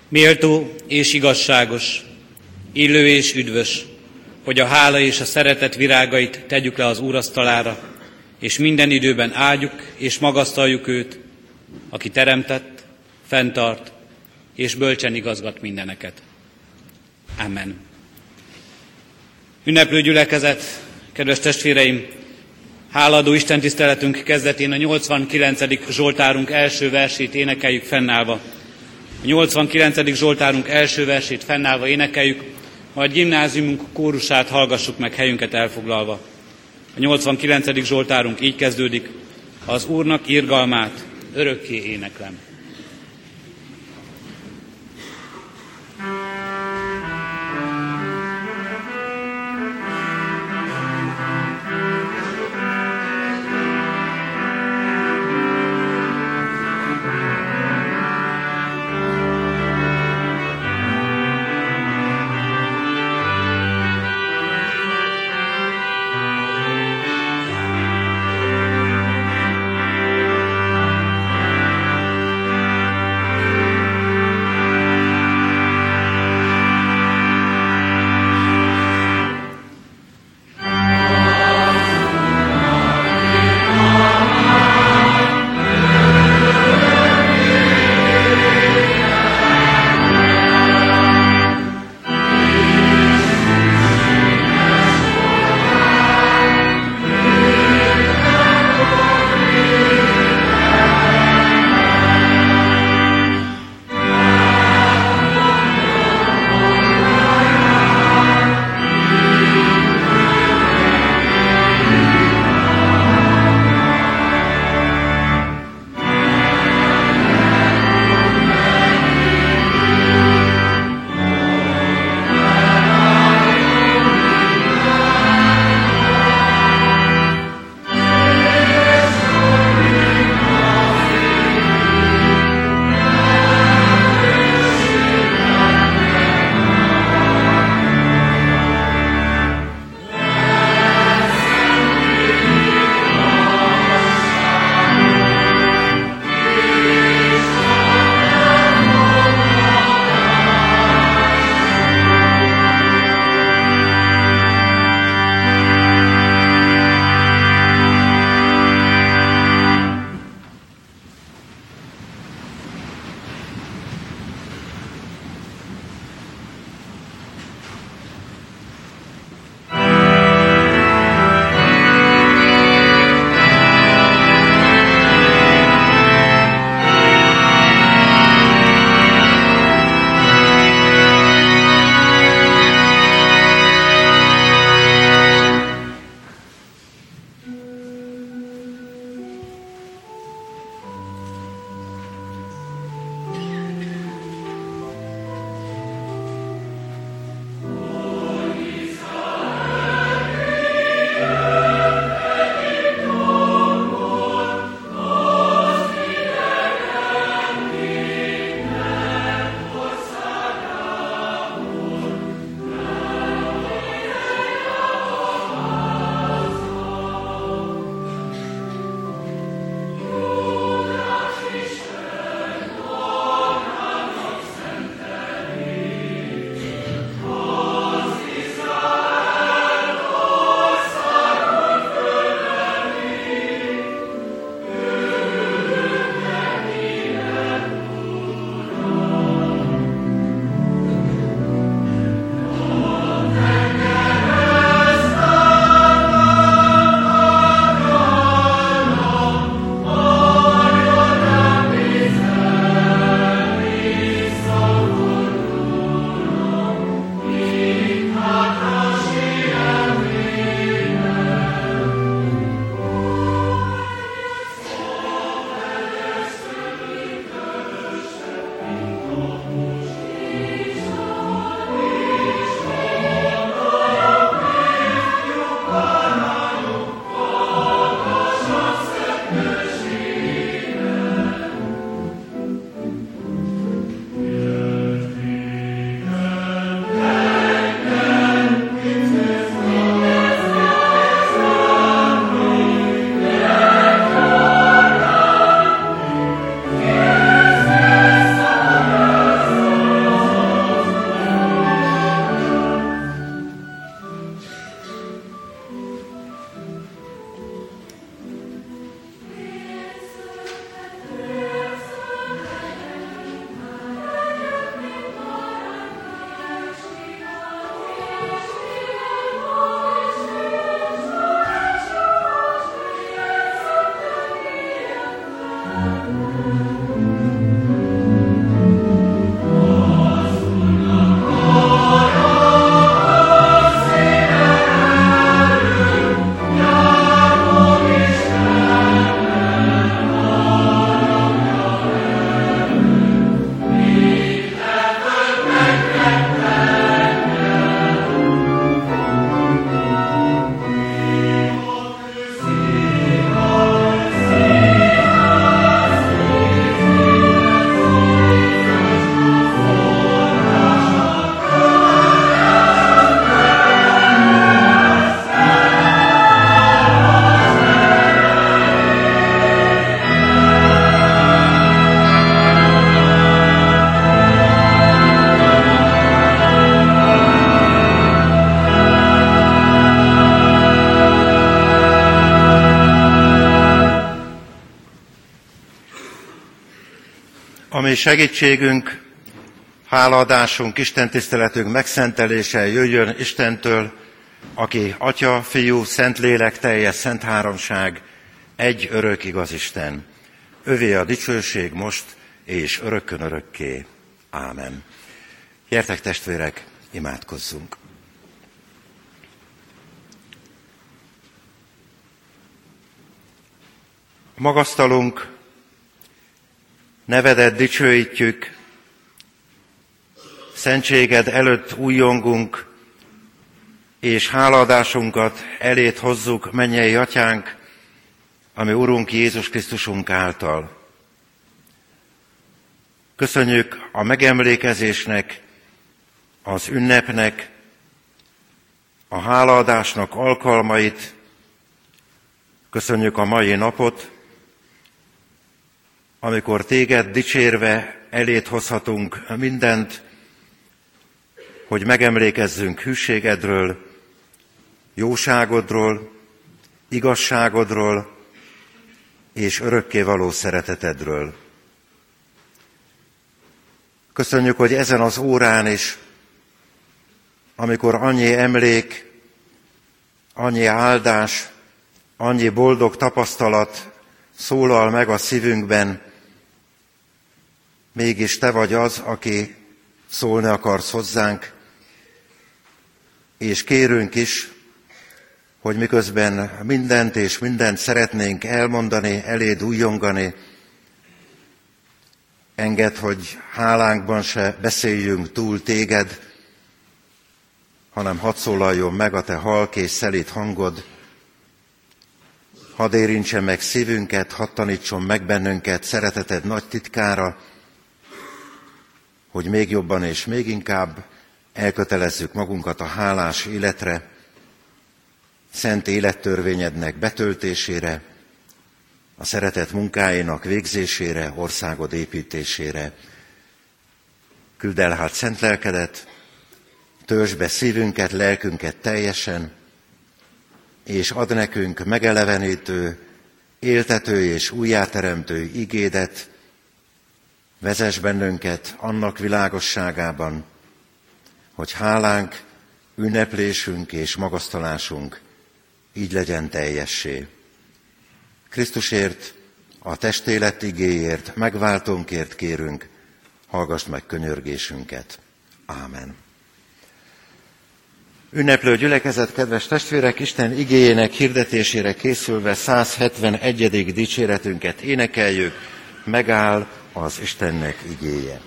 Méltó és igazságos, illő és üdvös, hogy a hála és a szeretet virágait tegyük le az Úr asztalára, és minden időben áldjuk és magasztaljuk őt, aki teremtett, fenntart és bölcsen igazgat mindeneket. Amen. Ünneplő gyülekezet, kedves testvéreim, hálaadó istentiszteletünk kezdetén a 89. Zsoltárunk első versét énekeljük fennállva. A 89. Zsoltárunk első versét fennállva énekeljük, majd gimnáziumunk kórusát hallgassuk meg helyünket elfoglalva. A 89. Zsoltárunk így kezdődik: az Úrnak irgalmát örökké éneklem. Ami segítségünk, hálaadásunk, istentiszteletünk megszentelése jöjjön Istentől, aki Atya, Fiú, Szentlélek, teljes szent háromság, egy örök igaz Isten. Övé a dicsőség most és örökkön örökké. Ámen. Gyertek testvérek, imádkozzunk! Magasztalunk, nevedet dicsőítjük, szentséged előtt újjongunk, és hálaadásunkat elét hozzuk, mennyei Atyánk, ami Urunk Jézus Krisztusunk által. Köszönjük a megemlékezésnek, az ünnepnek, a hálaadásnak alkalmait, köszönjük a mai napot, amikor téged dicsérve elét hozhatunk mindent, hogy megemlékezzünk hűségedről, jóságodról, igazságodról és örökkévaló szeretetedről. Köszönjük, hogy ezen az órán is, amikor annyi emlék, annyi áldás, annyi boldog tapasztalat szólal meg a szívünkben, mégis te vagy az, aki szólni akarsz hozzánk, és kérünk is, hogy miközben mindent és mindent szeretnénk elmondani, eléd újjongani, engedd, hogy hálánkban se beszéljünk túl téged, hanem hadd szólaljon meg a te halk és szelíd hangod, hadd érintse meg szívünket, hadd tanítson meg bennünket szereteted nagy titkára, hogy még jobban és még inkább elkötelezzük magunkat a hálás életre, szent élettörvényednek betöltésére, a szeretet munkáinak végzésére, országod építésére. Küld el hát szent lelkedet, töltsd be szívünket, lelkünket teljesen, és ad nekünk megelevenítő, éltető és újjáteremtő igédet, vezess bennünket annak világosságában, hogy hálánk, ünneplésünk és magasztalásunk így legyen teljessé. Krisztusért, a testélet igéért, megváltónkért kérünk, hallgass meg könyörgésünket. Ámen. Ünneplő gyülekezet, kedves testvérek, Isten igéjének hirdetésére készülve 171. dicséretünket énekeljük, megáll az Istennek igéje.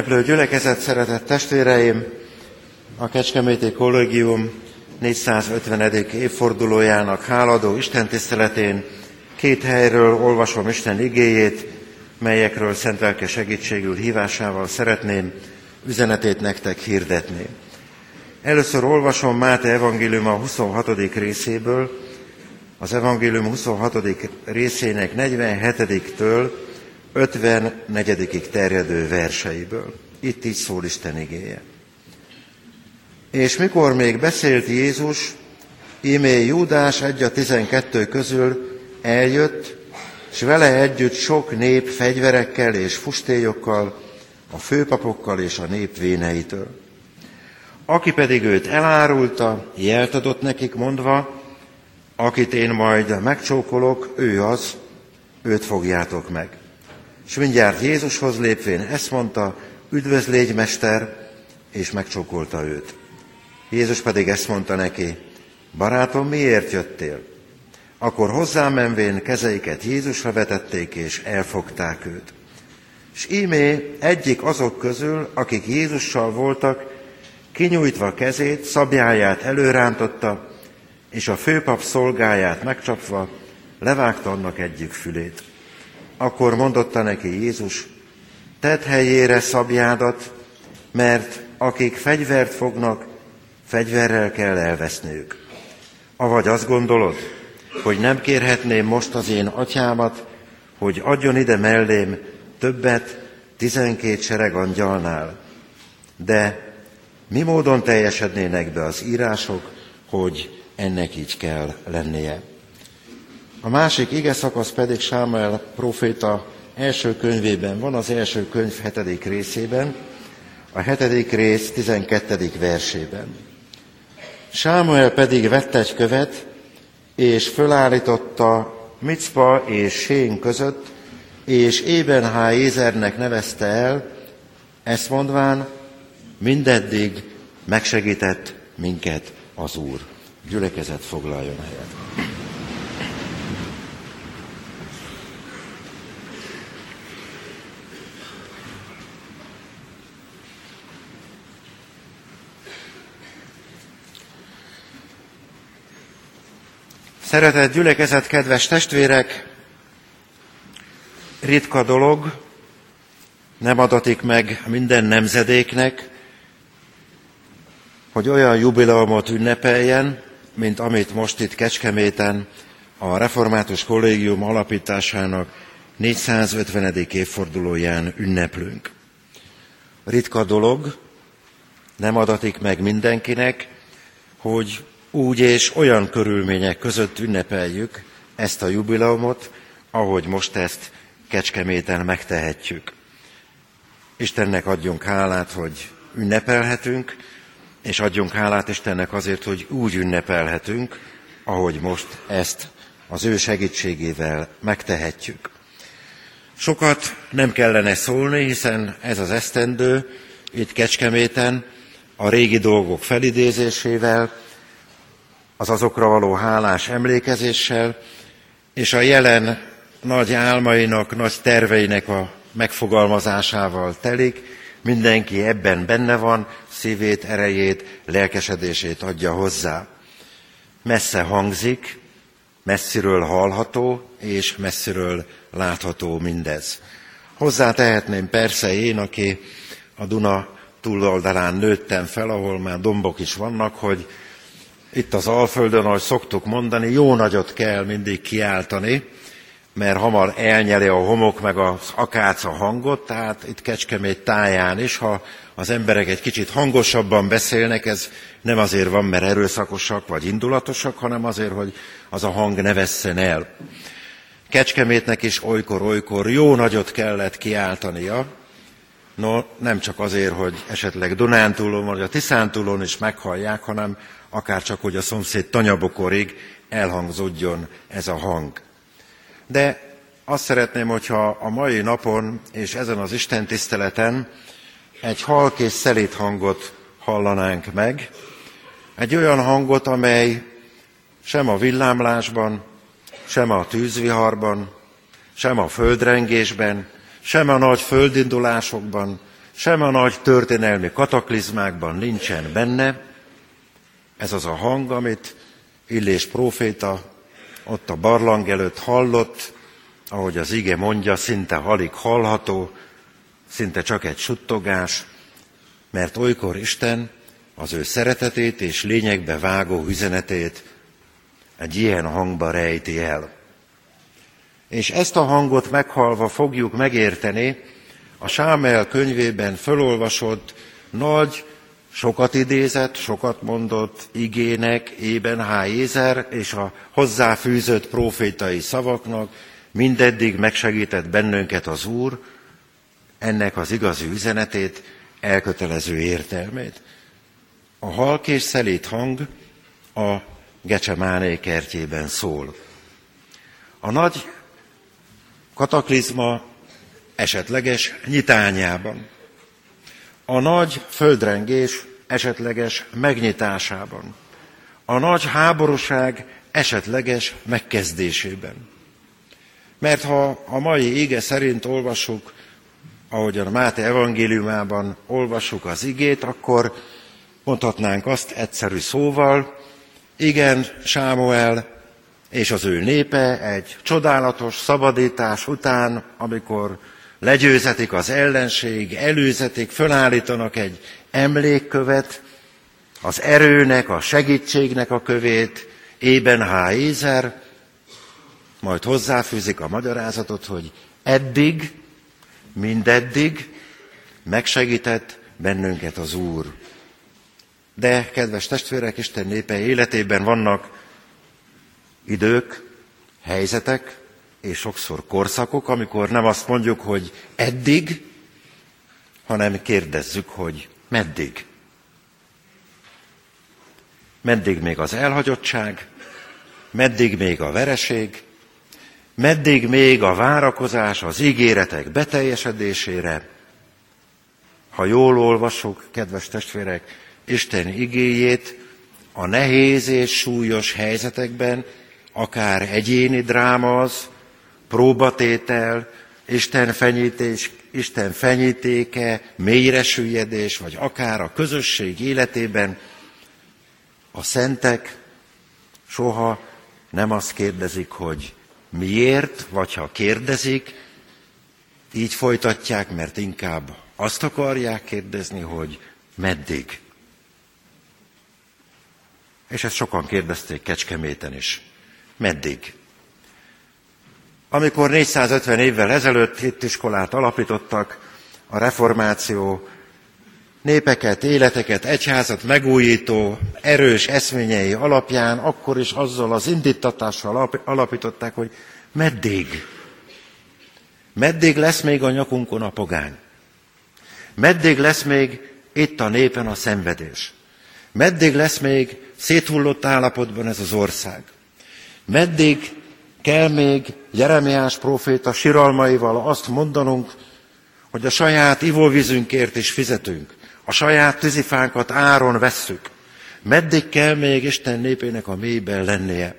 ünneplő gyülekezet, szeretett testvéreim, a Kecskeméti Kollégium 450. évfordulójának háladó istentiszteletén két helyről olvasom Isten igéjét, melyekről szent lelke segítségül hívásával szeretném üzenetét nektek hirdetni. Először olvasom Máté evangéliuma 26. részéből, az evangélium 26. részének 47-től 54. terjedő verseiből. Itt így szól Isten igéje. És mikor még beszélt Jézus, íme Júdás egy a 12 közül eljött, és vele együtt sok nép fegyverekkel és fustélyokkal, a főpapokkal és a nép véneitől. Aki pedig őt elárulta, jelt adott nekik mondva, akit én majd megcsókolok, ő az, őt fogjátok meg. És mindjárt Jézushoz lépvén ezt mondta, üdvözl légy, mester, és megcsókolta őt. Jézus pedig ezt mondta neki, barátom, miért jöttél? Akkor hozzám menvén kezeiket Jézusra vetették, és elfogták őt. És ímé egyik azok közül, akik Jézussal voltak, kinyújtva kezét, szablyáját előrántotta, és a főpap szolgáját megcsapva levágta annak egyik fülét. Akkor mondotta neki Jézus, tedd helyére szabjádat, mert akik fegyvert fognak, fegyverrel kell elveszniük. Avagy azt gondolod, hogy nem kérhetném most az én atyámat, hogy adjon ide mellém többet 12 sereg angyalnál. De mi módon teljesednének be az írások, hogy ennek így kell lennie? A másik igeszakasz pedig Sámuel próféta első könyvében van, az első könyv 7. részében, a 7. rész 12. versében. Sámuel pedig vett egy követ, és fölállította Micpa és Sén között, és Ébenháézernek nevezte el, ezt mondván, mindeddig megsegített minket az Úr. Gyülekezet foglaljon helyet. Szeretett gyülekezet, kedves testvérek, ritka dolog, nem adatik meg minden nemzedéknek, hogy olyan jubileumot ünnepeljen, mint amit most itt Kecskeméten a Református Kollégium alapításának 450. évfordulóján ünneplünk. Ritka dolog, nem adatik meg mindenkinek, hogy úgy és olyan körülmények között ünnepeljük ezt a jubileumot, ahogy most ezt Kecskeméten megtehetjük. Istennek adjunk hálát, hogy ünnepelhetünk, és adjunk hálát Istennek azért, hogy úgy ünnepelhetünk, ahogy most ezt az ő segítségével megtehetjük. Sokat nem kellene szólni, hiszen ez az esztendő itt Kecskeméten a régi dolgok felidézésével, az azokra való hálás emlékezéssel, és a jelen nagy álmainak, nagy terveinek a megfogalmazásával telik. Mindenki ebben benne van, szívét, erejét, lelkesedését adja hozzá. Messze hangzik, messziről hallható, és messziről látható mindez. Hozzá tehetném persze én, aki a Duna túloldalán nőttem fel, ahol már dombok is vannak, hogy itt az Alföldön, ahogy szoktuk mondani, jó nagyot kell mindig kiáltani, mert hamar elnyeli a homok meg az akác a hangot, tehát itt Kecskemét táján is, ha az emberek egy kicsit hangosabban beszélnek, ez nem azért van, mert erőszakosak vagy indulatosak, hanem azért, hogy az a hang ne vesszen el. Kecskemétnek is olykor-olykor jó nagyot kellett kiáltania, no, nem csak azért, hogy esetleg Dunántúlon vagy a Tiszántúlon is meghallják, hanem akár csak, hogy a szomszéd Tanyabokorig elhangzódjon ez a hang. De azt szeretném, hogyha a mai napon és ezen az istentiszteleten egy halk és szelíd hangot hallanánk meg, egy olyan hangot, amely sem a villámlásban, sem a tűzviharban, sem a földrengésben, sem a nagy földindulásokban, sem a nagy történelmi kataklizmákban nincsen benne. Ez az a hang, amit Illés próféta ott a barlang előtt hallott, ahogy az ige mondja, szinte alig hallható, szinte csak egy suttogás, mert olykor Isten az ő szeretetét és lényegbe vágó üzenetét egy ilyen hangba rejti el. És ezt a hangot meghalva fogjuk megérteni a Sámuel könyvében fölolvasott nagy, sokat idézett, sokat mondott igének, Ébenháézer és a hozzáfűzött prófétai szavaknak mindeddig megsegített bennünket az Úr, ennek az igazi üzenetét, elkötelező értelmét. A halk és szelíd hang a Gecsemáné kertjében szól. A nagy kataklizma esetleges nyitányában, a nagy földrengés esetleges megnyitásában, a nagy háborúság esetleges megkezdésében. Mert ha a mai ige szerint olvassuk, ahogyan Máté evangéliumában olvassuk az igét, akkor mondhatnánk azt egyszerű szóval, igen, Sámuel és az ő népe egy csodálatos szabadítás után, amikor legyőzetik az ellenség, előzetik, fölállítanak egy emlékkövet, az erőnek, a segítségnek a kövét, Ébenháézer, majd hozzáfűzik a magyarázatot, hogy eddig, mindeddig megsegített bennünket az Úr. De, kedves testvérek, Isten népe életében vannak idők, helyzetek, és sokszor korszakok, amikor nem azt mondjuk, hogy eddig, hanem kérdezzük, hogy meddig. Meddig még az elhagyottság, meddig még a vereség, meddig még a várakozás az ígéretek beteljesedésére. Ha jól olvassuk, kedves testvérek, Isten igéjét, a nehéz és súlyos helyzetekben, akár egyéni dráma az, próbatétel, Isten fenyítéke, mélyre süllyedés, vagy akár a közösség életében, a szentek soha nem azt kérdezik, hogy miért, vagy ha kérdezik, így folytatják, mert inkább azt akarják kérdezni, hogy meddig. És ezt sokan kérdezték Kecskeméten is. Meddig? Amikor 450 évvel ezelőtt hittiskolát alapítottak, a reformáció népeket, életeket, egyházat megújító erős eszményei alapján, akkor is azzal az indítatással alapították, hogy meddig? Meddig lesz még a nyakunkon a pogány? Meddig lesz még itt a népen a szenvedés? Meddig lesz még széthullott állapotban ez az ország? Meddig kell még Jeremiás próféta siralmaival azt mondanunk, hogy a saját ivóvízünkért is fizetünk, a saját tűzifánkat áron vesszük? Meddig kell még Isten népének a mélyben lennie?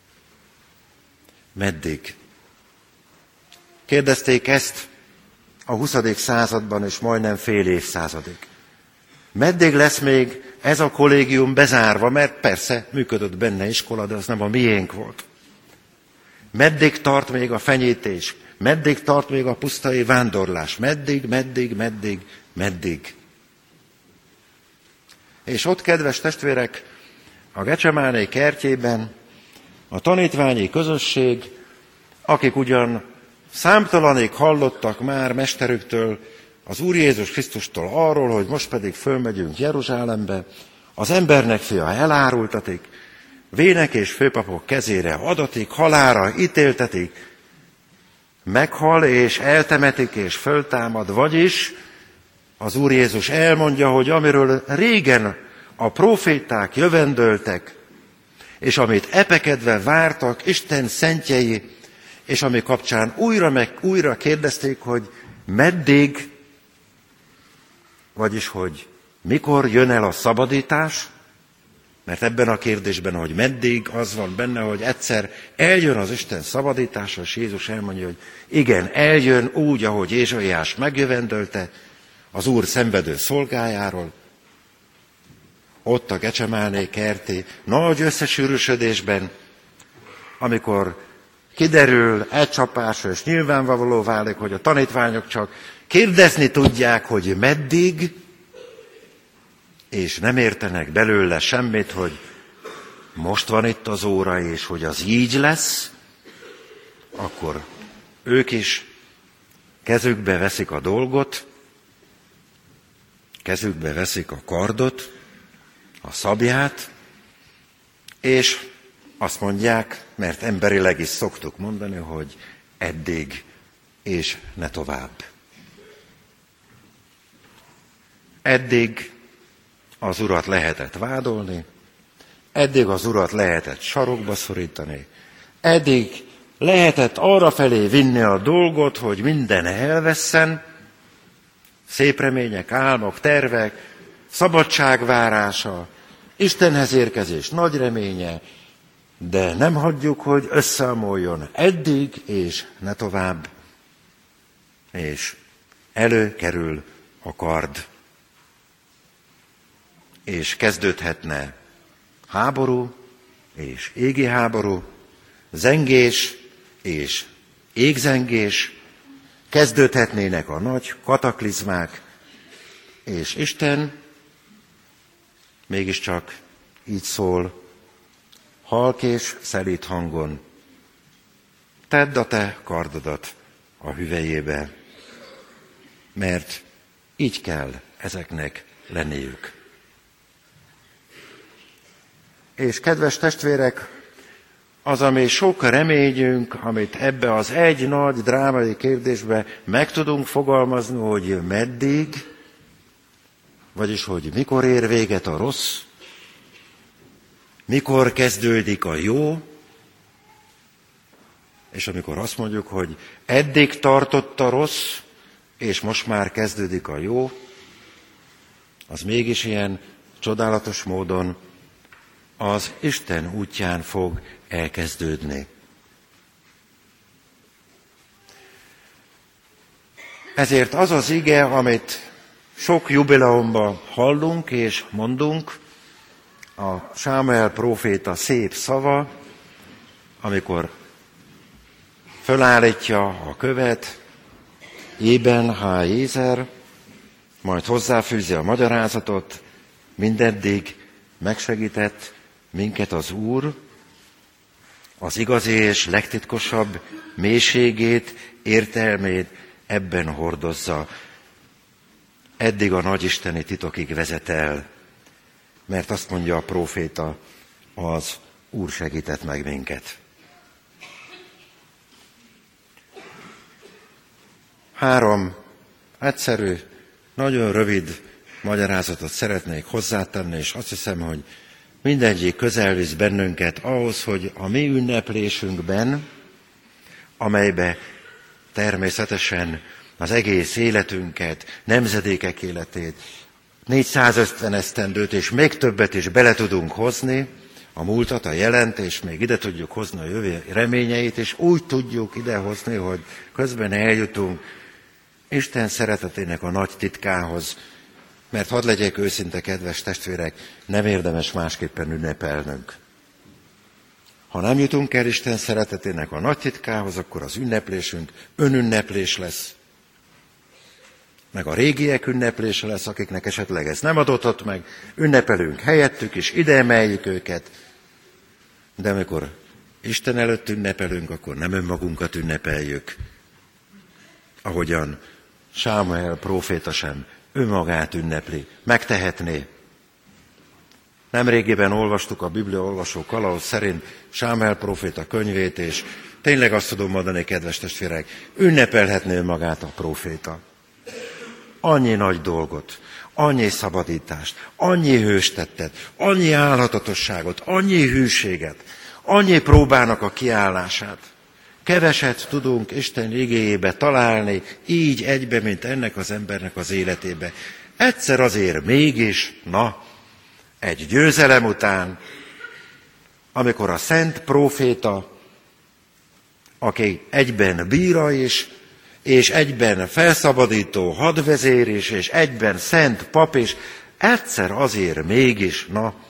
Meddig? Kérdezték ezt a 20. században és majdnem fél évszázadig. Meddig lesz még ez a kollégium bezárva, mert persze működött benne iskola, de az nem a miénk volt. Meddig tart még a fenyítés? Meddig tart még a pusztai vándorlás? Meddig? És ott, kedves testvérek, a Gecsemáné kertjében a tanítványi közösség, akik ugyan számtalanig hallottak már mesterüktől, az Úr Jézus Krisztustól arról, hogy most pedig fölmegyünk Jeruzsálembe, az embernek fia elárultatik, vének és főpapok kezére adatik, halálra ítéltetik, meghal és eltemetik és föltámad, vagyis az Úr Jézus elmondja, hogy amiről régen a próféták jövendöltek, és amit epekedve vártak Isten szentjei, és ami kapcsán újra kérdezték, hogy meddig, vagyis hogy mikor jön el a szabadítás, mert ebben a kérdésben, hogy meddig, az van benne, hogy egyszer eljön az Isten szabadítása, és Jézus elmondja, hogy igen, eljön úgy, ahogy Ézsaiás megjövendölte, az Úr szenvedő szolgájáról, ott a Gecsemáné kerti nagy összesűrűsödésben, amikor kiderül egy csapásra, és nyilvánvaló válik, hogy a tanítványok csak kérdezni tudják, hogy meddig, és nem értenek belőle semmit, hogy most van itt az óra, és hogy az így lesz, akkor ők is kezükbe veszik a dolgot, kezükbe veszik a kardot, a szabját, és azt mondják, mert emberileg is szoktuk mondani, hogy eddig és ne tovább. Eddig az Urat lehetett vádolni, eddig az Urat lehetett sarokba szorítani, eddig lehetett arrafelé vinni a dolgot, hogy minden elvesszen, szép remények, álmok, tervek, szabadságvárása, Istenhez érkezés nagy reménye, de nem hagyjuk, hogy összeomoljon eddig, és ne tovább, és előkerül a kard, és kezdődhetne háború, és égi háború, zengés, és égzengés, kezdődhetnének a nagy kataklizmák, és Isten mégiscsak így szól, halk és szelíd hangon, tedd a te kardodat a hüvelyébe, mert így kell ezeknek lenniük. És kedves testvérek, az, ami sok reményünk, amit ebbe az egy nagy drámai kérdésbe meg tudunk fogalmazni, hogy meddig, vagyis hogy mikor ér véget a rossz, mikor kezdődik a jó, és amikor azt mondjuk, hogy eddig tartott a rossz, és most már kezdődik a jó, az mégis ilyen csodálatos módon az Isten útján fog elkezdődni. Ezért az az ige, amit sok jubileumban hallunk és mondunk, a Sámuel próféta szép szava, amikor fölállítja a követ, Jében há Jézer, majd hozzáfűzi a magyarázatot, mindeddig megsegített minket az Úr, az igazi és legtitkosabb mélységét, értelmét ebben hordozza. Eddig a nagyisteni titokig vezet el, mert azt mondja a próféta, az Úr segített meg minket. 3 egyszerű, nagyon rövid magyarázatot szeretnék hozzátenni, és azt hiszem, hogy mindegyik közel visz bennünket ahhoz, hogy a mi ünneplésünkben, amelybe természetesen az egész életünket, nemzedékek életét, 450 esztendőt és még többet is bele tudunk hozni, a múltat, a jelent, és még ide tudjuk hozni a jövő reményeit, és úgy tudjuk idehozni, hogy közben eljutunk Isten szeretetének a nagy titkához, mert hadd legyek őszinte, kedves testvérek, nem érdemes másképpen ünnepelnünk. Ha nem jutunk el Isten szeretetének a nagy titkához, akkor az ünneplésünk önünneplés lesz, meg a régiek ünneplése lesz, akiknek esetleg ez nem adott meg, ünnepelünk helyettük, és ide emeljük őket, de amikor Isten előtt ünnepelünk, akkor nem önmagunkat ünnepeljük, ahogyan Sámuel próféta sem önmagát ünnepli, megtehetné. Nemrégiben olvastuk a Biblia olvasó kalauz szerint Sámuel próféta könyvét, és tényleg azt tudom mondani, kedves testvérek, ünnepelhetné önmagát a próféta. Annyi nagy dolgot, annyi szabadítást, annyi hőstettet, annyi álhatatosságot, annyi hűséget, annyi próbának a kiállását. Keveset tudunk Isten igéjébe találni, így egybe, mint ennek az embernek az életébe. Egyszer azért mégis, egy győzelem után, amikor a szent próféta, aki egyben bíra is, és egyben felszabadító hadvezér is, és egyben szent pap is, egyszer azért mégis,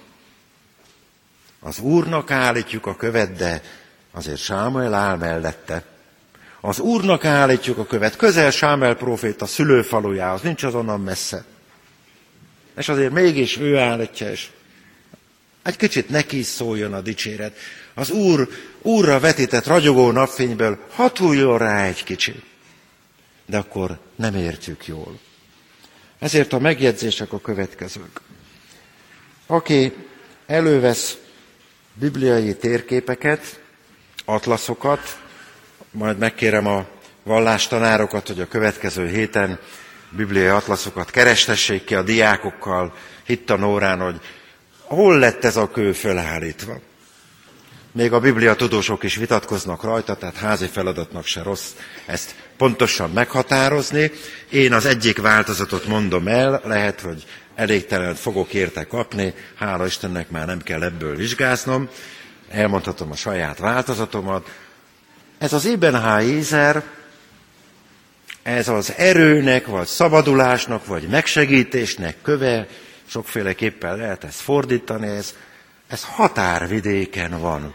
az Úrnak állítjuk a követ, de azért Sámuel áll mellette. Az Úrnak állítjuk a követ, közel Sámuel próféta szülőfalujához, nincs azonnan messze. És azért mégis ő állítja, és egy kicsit neki is szóljon a dicséret. Az Úrra vetített ragyogó napfényből hatuljon rá egy kicsit. De akkor nem értjük jól. Ezért a megjegyzések a következők. Aki elővesz bibliai térképeket, atlaszokat, majd megkérem a vallástanárokat, hogy a következő héten bibliai atlaszokat kerestessék ki a diákokkal hittanórán, hogy hol lett ez a kő fölállítva. Még a Biblia tudósok is vitatkoznak rajta, tehát házi feladatnak se rossz ezt pontosan meghatározni. Én az egyik változatot mondom el, lehet, hogy elégtelen fogok érte kapni, hála Istennek már nem kell ebből vizsgáznom, elmondhatom a saját változatomat. Ez az Eben HaEzer, ez az erőnek, vagy szabadulásnak, vagy megsegítésnek köve, sokféleképpen lehet ezt fordítani, ez határvidéken van.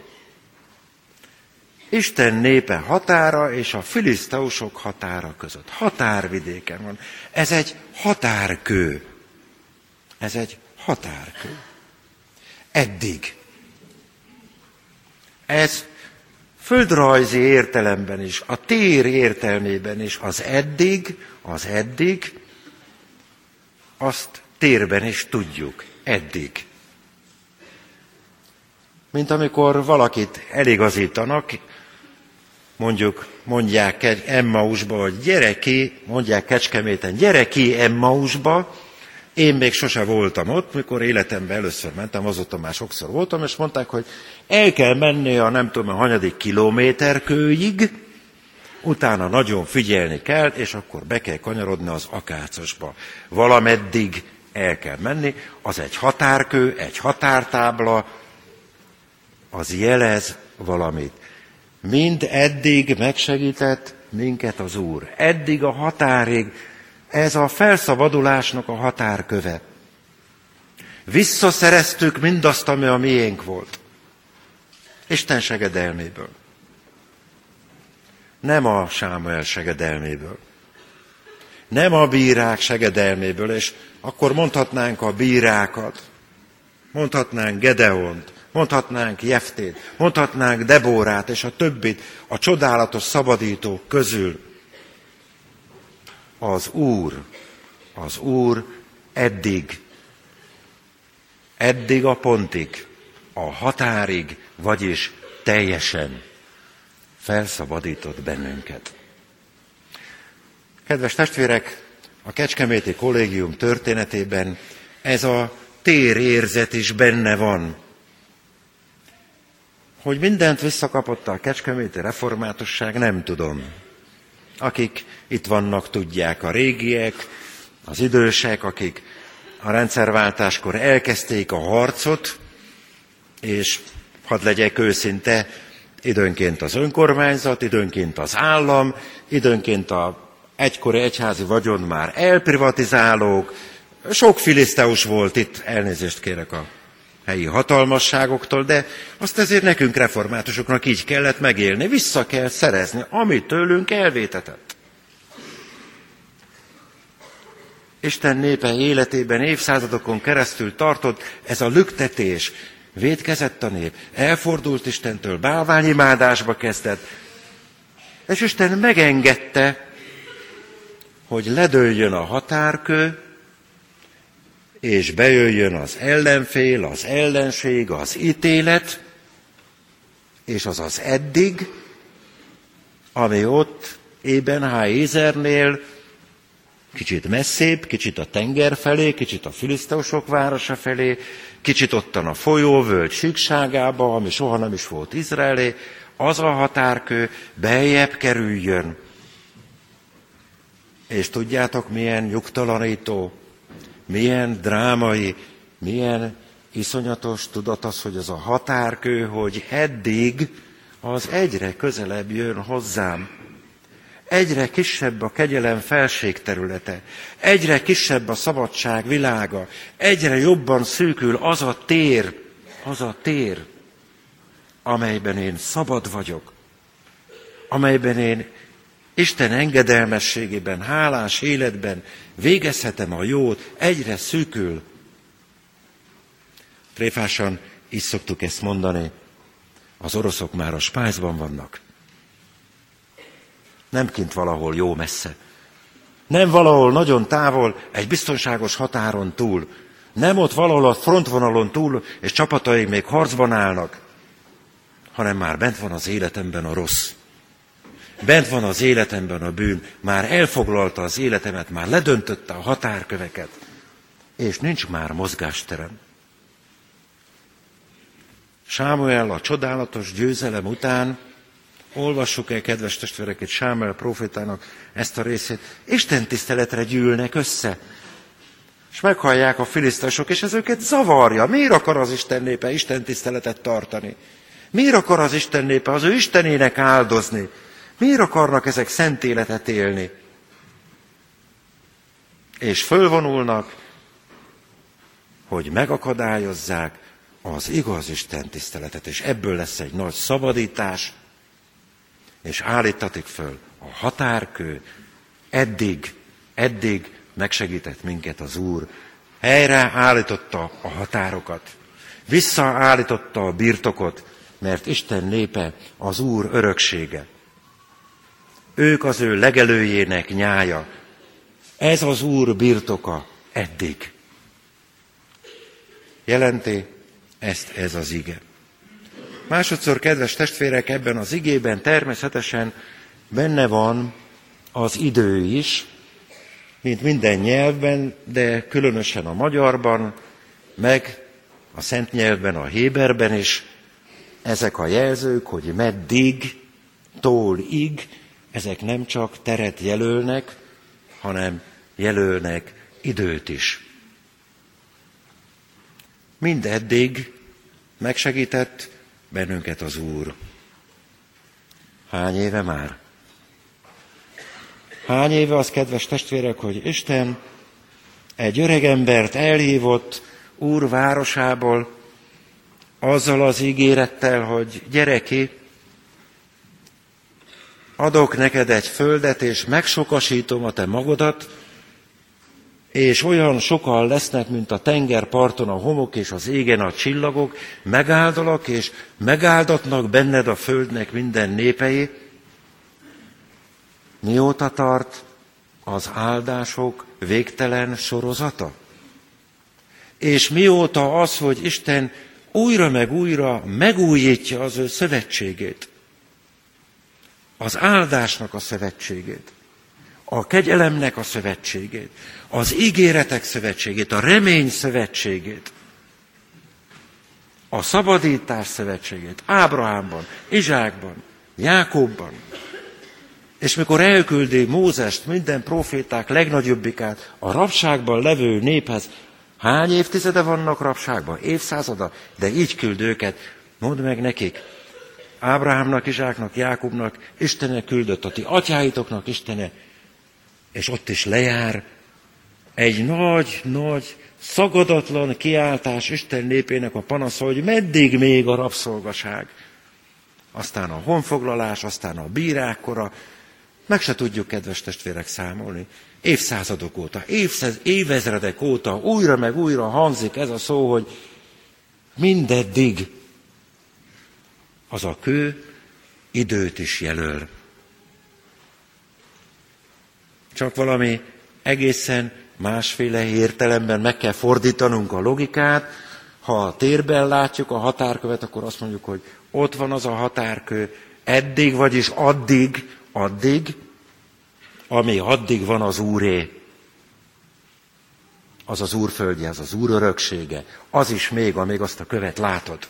Isten népe határa és a filiszteusok határa között. Határvidéken van. Ez egy határkő. Ez egy határkő. Eddig. Ez földrajzi értelemben is, a tér értelmében is az eddig, azt térben is tudjuk. Eddig. Mint amikor valakit eligazítanak, mondják Emmausba, hogy gyere ki, mondják Kecskeméten, gyere ki Emmausba. Én még sose voltam ott, mikor életemben először mentem, azóta már sokszor voltam, és mondták, hogy el kell menni a nem tudom a hanyadik kilométerkőig, utána nagyon figyelni kell, és akkor be kell kanyarodni az akácosba. Valameddig el kell menni, az egy határkő, egy határtábla, az jelez valamit. Mind eddig megsegített minket az Úr. Eddig a határig, ez a felszabadulásnak a határköve. Visszaszereztük mindazt, ami a miénk volt. Isten segedelméből. Nem a Sámuel segedelméből. Nem a bírák segedelméből, és akkor mondhatnánk a bírákat, mondhatnánk Gedeont, mondhatnánk Jeftét, mondhatnánk Debórát és a többit a csodálatos szabadítók közül. Az Úr eddig a pontig, a határig, vagyis teljesen felszabadított bennünket. Kedves testvérek, a Kecskeméti Kollégium történetében ez a térérzet is benne van. Hogy mindent visszakapott a kecskeméti reformátusság, nem tudom. Akik itt vannak, tudják, a régiek, az idősek, akik a rendszerváltáskor elkezdték a harcot, és hadd legyek őszinte, időnként az önkormányzat, időnként az állam, időnként a egykori egyházi vagyon már elprivatizálók, sok filiszteus volt itt, elnézést kérek a helyi hatalmasságoktól, de azt ezért nekünk reformátusoknak így kellett megélni, vissza kell szerezni, amit tőlünk elvétetett. Isten népe életében évszázadokon keresztül tartott ez a lüktetés. Vétkezett a nép, elfordult Istentől, bálványimádásba kezdett, és Isten megengedte, hogy ledőljön a határkő, és bejöjjön az ellenfél, az ellenség, az ítélet, és az az eddig, ami ott Eben HaEzernél kicsit messzébb, kicsit a tenger felé, kicsit a filiszteusok városa felé, kicsit ottan a folyóvölgy síkságába, ami soha nem is volt Izraelé, az a határkő beljebb kerüljön. És tudjátok, milyen nyugtalanító, milyen drámai, milyen iszonyatos tudat az, hogy az a határkő, hogy eddig az egyre közelebb jön hozzám. Egyre kisebb a kegyelem felségterülete, egyre kisebb a szabadság világa, egyre jobban szűkül az a tér, amelyben én szabad vagyok, amelyben én Isten engedelmességében, hálás életben végezhetem a jót, egyre szűkül. Tréfásan így szoktuk ezt mondani, az oroszok már a spájzban vannak. Nem kint valahol jó messze. Nem valahol nagyon távol, egy biztonságos határon túl. Nem ott valahol a frontvonalon túl, és csapataik még harcban állnak, hanem már bent van az életemben a rossz. Bent van az életemben a bűn, már elfoglalta az életemet, már ledöntötte a határköveket, és nincs már mozgásterem. Sámuel a csodálatos győzelem után, olvassuk el, kedves testvérek, itt Sámuel prófétának ezt a részét, Isten tiszteletre gyűlnek össze, és meghallják a filiszteusok, és ez őket zavarja. Miért akar az Isten népe Isten tiszteletet tartani? Miért akar az Isten népe az ő Istenének áldozni? Miért akarnak ezek szent életet élni? És fölvonulnak, hogy megakadályozzák az igaz Isten tiszteletet, és ebből lesz egy nagy szabadítás, és állítatik föl a határkő, eddig megsegített minket az Úr, helyre állította a határokat, visszaállította a birtokot, mert Isten népe az Úr öröksége. Ők az ő legelőjének nyája. Ez az Úr birtoka eddig. Jelenti ezt ez az ige. Másodszor, kedves testvérek, ebben az igében természetesen benne van az idő is, mint minden nyelvben, de különösen a magyarban, meg a szent nyelvben, a héberben is, ezek a jelzők, hogy meddig, tólig, ezek nem csak teret jelölnek, hanem jelölnek időt is. Mindeddig megsegített bennünket az Úr. Hány éve már? Hány éve az, kedves testvérek, hogy Isten egy öregembert elhívott Úr városából azzal az ígérettel, hogy gyere ki, adok neked egy földet, és megsokasítom a te magodat, és olyan sokan lesznek, mint a tengerparton a homok és az égen a csillagok, megáldalak, és megáldatnak benned a földnek minden népei. Mióta tart az áldások végtelen sorozata? És mióta az, hogy Isten újra meg újra megújítja az ő szövetségét, az áldásnak a szövetségét, a kegyelemnek a szövetségét, az ígéretek szövetségét, a remény szövetségét, a szabadítás szövetségét Ábrahámban, Izsákban, Jákobban. És mikor elküldi Mózest, minden proféták legnagyobbikát a rabságban levő néphez, hány évtizede vannak rabságban? Évszázada? De így küld őket, mondd meg nekik, Ábrahámnak, Izsáknak, Jákobnak Istene küldött, a ti atyáitoknak Istene, és ott is lejár egy nagy, szagadatlan kiáltás Isten népének a panasza, hogy meddig még a rabszolgaság. Aztán a honfoglalás, aztán a bírák kora, meg se tudjuk, kedves testvérek, számolni. Évszázadok óta, évezredek óta újra meg újra hangzik ez a szó, hogy mindeddig. Az a kő időt is jelöl. Csak valami egészen másféle értelemben meg kell fordítanunk a logikát. Ha a térben látjuk a határkövet, akkor azt mondjuk, hogy ott van az a határkő, eddig, vagyis addig, ami addig van az Úré. Az az Úr földje, az az Úr öröksége. Az is még, amíg azt a követ látod.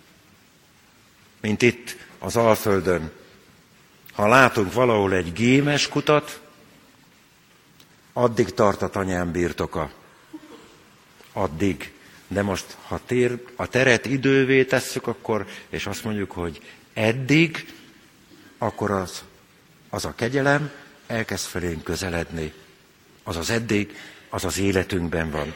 Mint itt az Alföldön. Ha látunk valahol egy gémes kutat, addig tart a tanyám birtoka. Addig. De most, ha a teret idővé tesszük, akkor, és azt mondjuk, hogy eddig, akkor az a kegyelem, elkezd felénk közeledni. Az az eddig, az az életünkben van.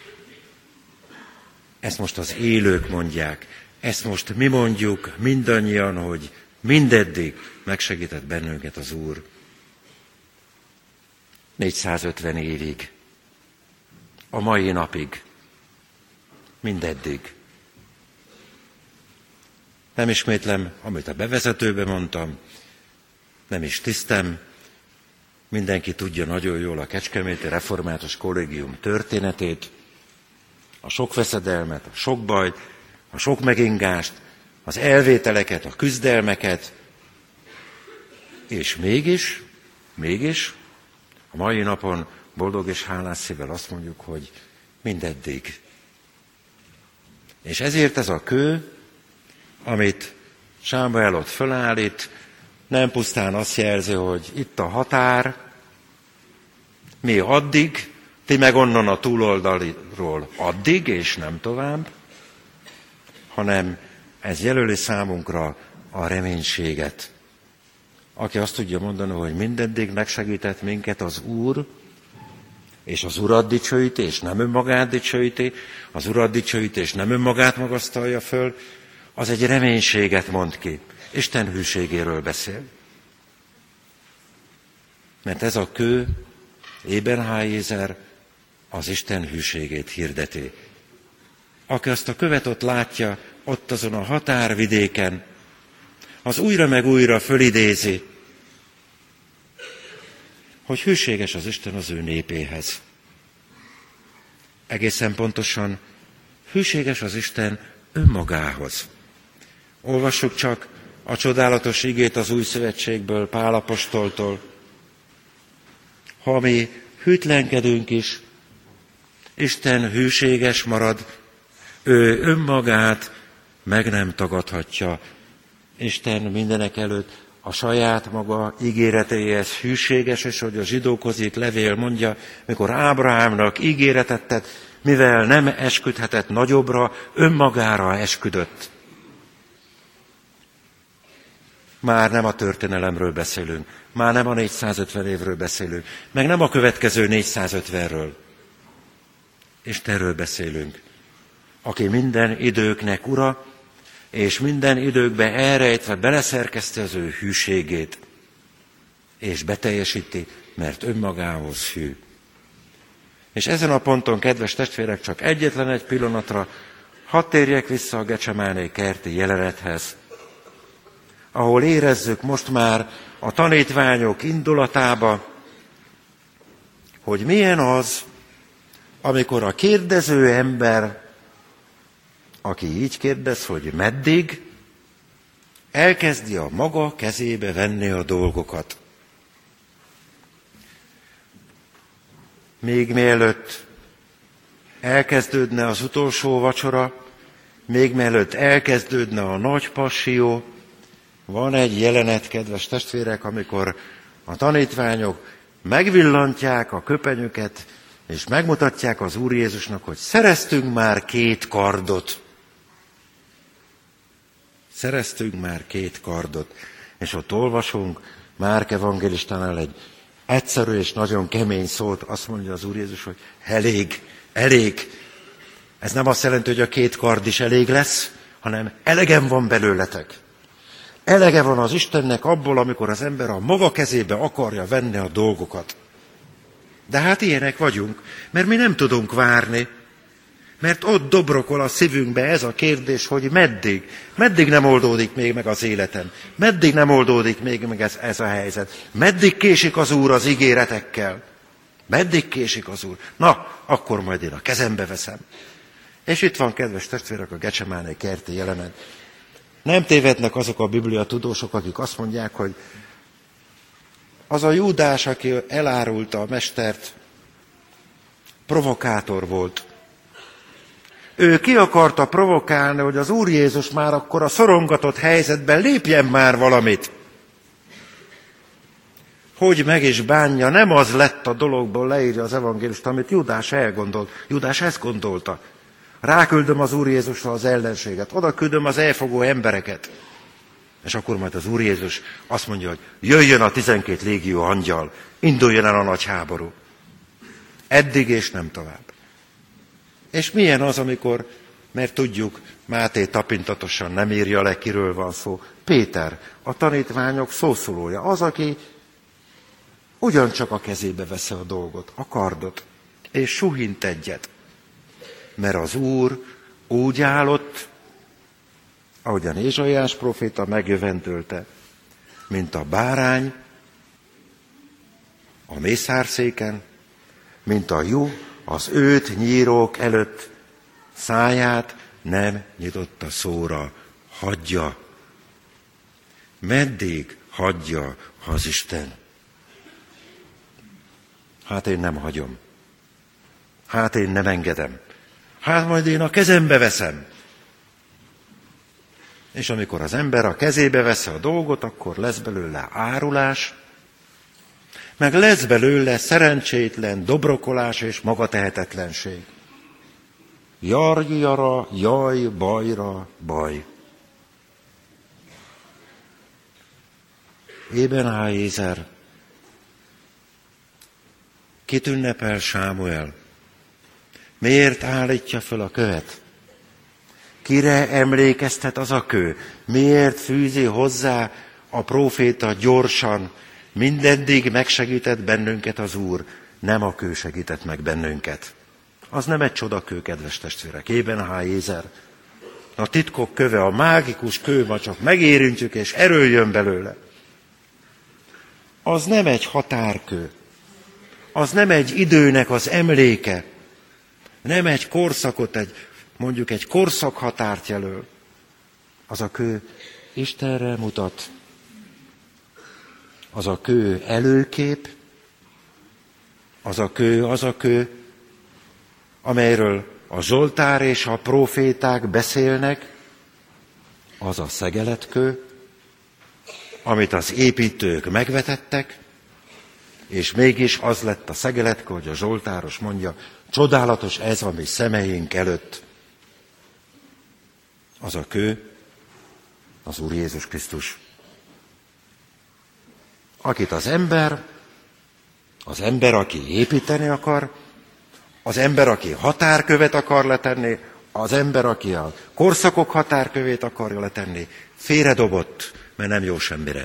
Ezt most az élők mondják, ezt most mi mondjuk mindannyian, hogy mindeddig megsegített bennünket az Úr. 450 évig, a mai napig, mindeddig. Nem ismétlem, amit a bevezetőben mondtam, nem is tisztem, mindenki tudja nagyon jól a Kecskeméti Református Kollégium történetét, a sok veszedelmet, a sok bajt, a sok megingást, az elvételeket, a küzdelmeket, és mégis, a mai napon boldog és hálás szívvel azt mondjuk, hogy mindeddig. És ezért ez a kő, amit Sámuel ott fölállít, nem pusztán azt jelzi, hogy itt a határ, mi addig, ti meg onnan a túloldalról addig, és nem tovább, hanem ez jelöli számunkra a reménységet. Aki azt tudja mondani, hogy mindeddig megsegített minket az Úr, és az Urat dicsőíti, és nem önmagát dicsőíti, az Urat dicsőíti, és nem önmagát magasztalja föl, az egy reménységet mond ki. Isten hűségéről beszél. Mert ez a kő, Ebenhájézer, az Isten hűségét hirdeti. Aki azt a követ ott látja, ott azon a határvidéken, az újra meg újra fölidézi, hogy hűséges az Isten az ő népéhez. Egészen pontosan hűséges az Isten önmagához. Olvassuk csak a csodálatos igét az Új Szövetségből, Pál apostoltól. Ha mi hűtlenkedünk is, Isten hűséges marad, ő önmagát meg nem tagadhatja. Isten mindenek előtt a saját maga ígéretéhez hűséges, és hogy a zsidókhoz írt levél mondja, mikor Ábrahámnak ígéretet tett, mivel nem esküdhetett nagyobbra, önmagára esküdött. Már nem a történelemről beszélünk, már nem a 450 évről beszélünk, meg nem a következő 450-ről. Istenről beszélünk, aki minden időknek ura, és minden időkbe elrejtve beleszerkeszti az ő hűségét, és beteljesíti, mert önmagához hű. És ezen a ponton, kedves testvérek, csak egyetlen egy pillanatra hadd térjek vissza a Gecsemáné kerti jelenethez, ahol érezzük most már a tanítványok indulatába, hogy milyen az, amikor a kérdező ember, aki így kérdez, hogy meddig, elkezdi a maga kezébe venni a dolgokat. Még mielőtt elkezdődne az utolsó vacsora, még mielőtt elkezdődne a nagy passió, van egy jelenet, kedves testvérek, amikor a tanítványok megvillantják a köpenyüket, és megmutatják az Úr Jézusnak, hogy szereztünk már 2 kardot. Szereztünk már 2 kardot. És ott olvasunk Márk evangélistánál egy egyszerű és nagyon kemény szót, azt mondja az Úr Jézus, hogy elég. Ez nem azt jelenti, hogy a 2 kard is elég lesz, hanem elegem van belőletek. Elege van az Istennek abból, amikor az ember a maga kezébe akarja venni a dolgokat. De hát ilyenek vagyunk, mert mi nem tudunk várni, mert ott dobrokol a szívünkbe ez a kérdés, hogy meddig nem oldódik még meg az életem, meddig nem oldódik még meg ez a helyzet, meddig késik az Úr az ígéretekkel, meddig késik az Úr. Na, akkor majd én a kezembe veszem. És itt van, kedves testvérek, a Gecsemáné kerti jelenet. Nem tévednek azok a Biblia tudósok, akik azt mondják, hogy az a Júdás, aki elárulta a mestert, provokátor volt. Ő ki akarta provokálni, hogy az Úr Jézus már akkor a szorongatott helyzetben lépjen már valamit. Hogy meg is bánja, nem az lett a dologból, leírja az evangélista, amit Júdás elgondolt. Júdás ezt gondolta. Ráküldöm az Úr Jézusra az ellenséget, oda küldöm az elfogó embereket. És akkor majd az Úr Jézus azt mondja, hogy jöjjön a 12 légió angyal, induljon el a nagy háború. Eddig és nem tovább. És milyen az, amikor, mert tudjuk, Máté tapintatosan nem írja le, kiről van szó. Péter, a tanítványok szószólója, az, aki ugyancsak a kezébe veszi a dolgot, a kardot, és suhint egyet. Mert az Úr úgy állott, ahogyan Ézsaiás próféta megjövendölte, mint a bárány a mészárszéken, mint a juh az őt nyírók előtt, száját nem nyitotta szóra, hagyja. Meddig hagyja az Isten? Hát én nem hagyom. Hát én nem engedem. Hát majd én a kezembe veszem. És amikor az ember a kezébe veszi a dolgot, akkor lesz belőle árulás, meg lesz belőle szerencsétlen dobrokolás és magatehetetlenség. Jarjara, jaj, bajra, baj. Ébenhájézer, kit ünnepel Sámuel? Miért állítja föl a követ? Kire emlékeztet az a kő? Miért fűzi hozzá a próféta gyorsan? Mindeddig megsegített bennünket az Úr, nem a kő segített meg bennünket. Az nem egy csodakő, kedves testvérek. Ébenhájézer. A titkok köve, a mágikus kő, ma csak megérintjük, és erő jön belőle. Az nem egy határkő. Az nem egy időnek az emléke. Nem egy korszakot, mondjuk egy korszakhatárt jelöl. Az a kő Istenre mutat. Az a kő előkép. Az a kő, amelyről a Zsoltár és a próféták beszélnek, az a szegeletkő, amit az építők megvetettek, és mégis az lett a szegeletkő, hogy a Zsoltáros mondja, csodálatos ez, ami szemeink előtt. Az a kő, az Úr Jézus Krisztus. Akit az ember, aki építeni akar, az ember, aki határkövet akar letenni, az ember, aki a korszakok határkövét akarja letenni, félredobott, mert nem jó semmire.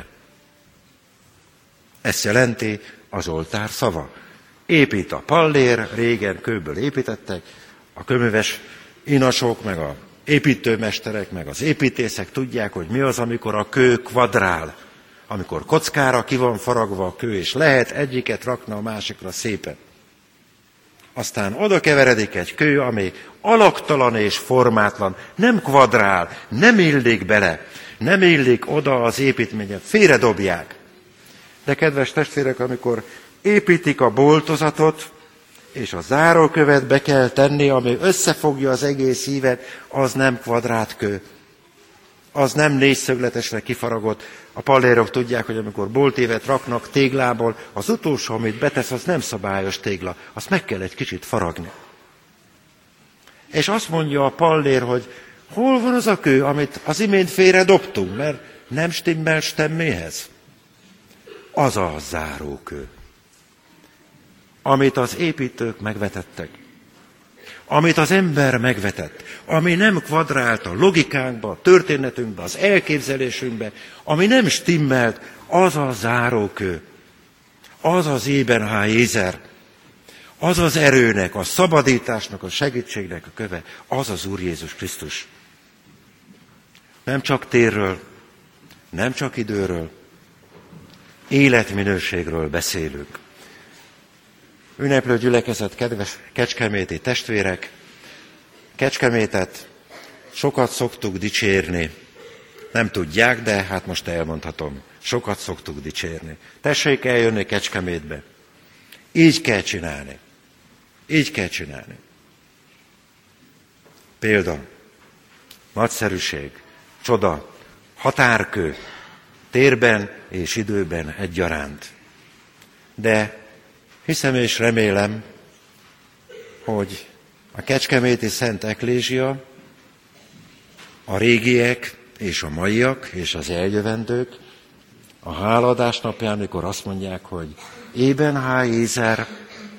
Ezt jelenti a Zsoltár szava. Épít a pallér, régen kőből építettek, a kőműves inasok, meg a építőmesterek, meg az építészek tudják, hogy mi az, amikor a kő kvadrál, amikor kockára ki van faragva a kő, és lehet egyiket rakni a másikra szépen. Aztán oda keveredik egy kő, ami alaktalan és formátlan, nem kvadrál, nem illik bele, nem illik oda az építményet, félredobják. De kedves testvérek, amikor építik a boltozatot, és a zárókövet be kell tenni, ami összefogja az egész ívet, az nem kvadrátkő. Az nem négyszögletesre kifaragott. A pallérok tudják, hogy amikor boltévet raknak téglából, az utolsó, amit betesz, az nem szabályos tégla. Azt meg kell egy kicsit faragni. És azt mondja a pallér, hogy hol van az a kő, amit az imént félre dobtunk, mert nem stimmel stemméhez. Az a zárókő, amit az építők megvetettek, amit az ember megvetett, ami nem kvadrált a logikánkba, a történetünkbe, az elképzelésünkbe, ami nem stimmelt, az a zárókő, az az Ébenhájézer, az az erőnek, a szabadításnak, a segítségnek a köve, az az Úr Jézus Krisztus. Nem csak térről, nem csak időről, életminőségről beszélünk. Ünneplő gyülekezet, kedves kecskeméti testvérek, Kecskemétet sokat szoktuk dicsérni. Nem tudják, de hát most elmondhatom. Sokat szoktuk dicsérni. Tessék eljönni Kecskemétbe. Így kell csinálni. Így kell csinálni. Példa, nagyszerűség, csoda, határkő, térben és időben egyaránt. De hiszem és remélem, hogy a Kecskeméti Szent Eklézsia, a régiek és a maiak, és az eljövendők a hálaadás napján, mikor azt mondják, hogy Ében Hájézer,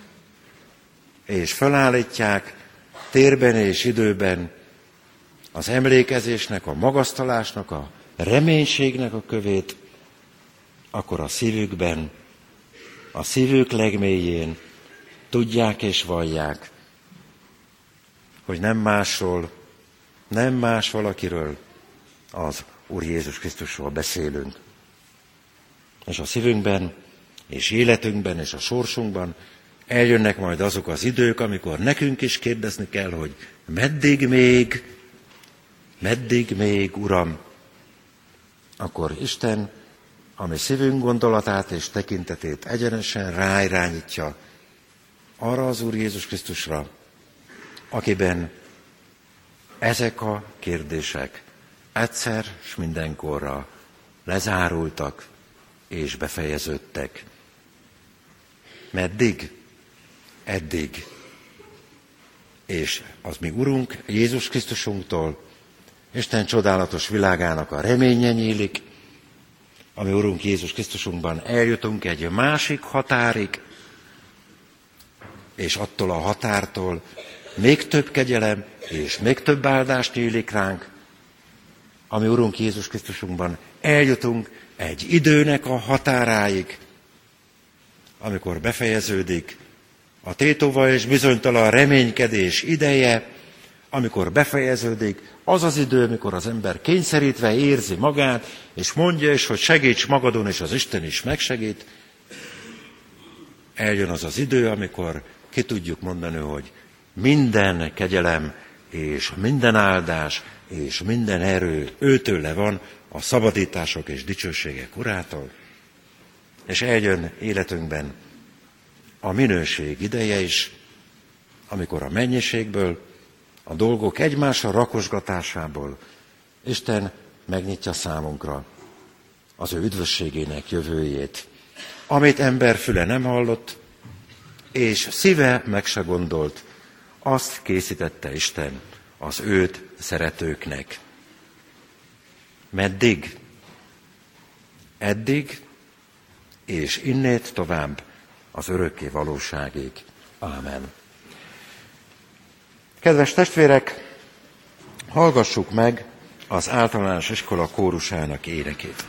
és felállítják térben és időben az emlékezésnek, a magasztalásnak, a reménységnek a kövét, akkor a szívükben, a szívük legmélyén tudják és vallják, hogy nem másról, nem más valakiről, az Úr Jézus Krisztusról beszélünk. És a szívünkben, és életünkben, és a sorsunkban eljönnek majd azok az idők, amikor nekünk is kérdezni kell, hogy meddig még, Uram? Akkor Isten, ami szívünk gondolatát és tekintetét egyenesen ráirányítja arra az Úr Jézus Krisztusra, akiben ezek a kérdések egyszer s mindenkorra lezárultak és befejeződtek. Meddig? Eddig. És az mi Urunk Jézus Krisztusunktól, Isten csodálatos világának a reménye nyílik, ami Urunk Jézus Krisztusunkban eljutunk egy másik határig, és attól a határtól még több kegyelem és még több áldást nyílik ránk, ami Urunk Jézus Krisztusunkban eljutunk egy időnek a határáig, amikor befejeződik a tétova és bizonytalan reménykedés ideje, amikor befejeződik az az idő, amikor az ember kényszerítve érzi magát, és mondja is, hogy segíts magadon, és az Isten is megsegít. Eljön az az idő, amikor ki tudjuk mondani, hogy minden kegyelem, és minden áldás, és minden erő őtőle van, a szabadítások és dicsőségek Urától. És eljön életünkben a minőség ideje is, amikor a mennyiségből, a dolgok egymásra rakosgatásából Isten megnyitja számunkra az ő üdvösségének jövőjét, amit ember füle nem hallott, és szíve meg se gondolt, azt készítette Isten az őt szeretőknek. Meddig? Eddig, és innét tovább az örökké valóságig. Ámen. Kedves testvérek, hallgassuk meg az általános iskola kórusának énekét.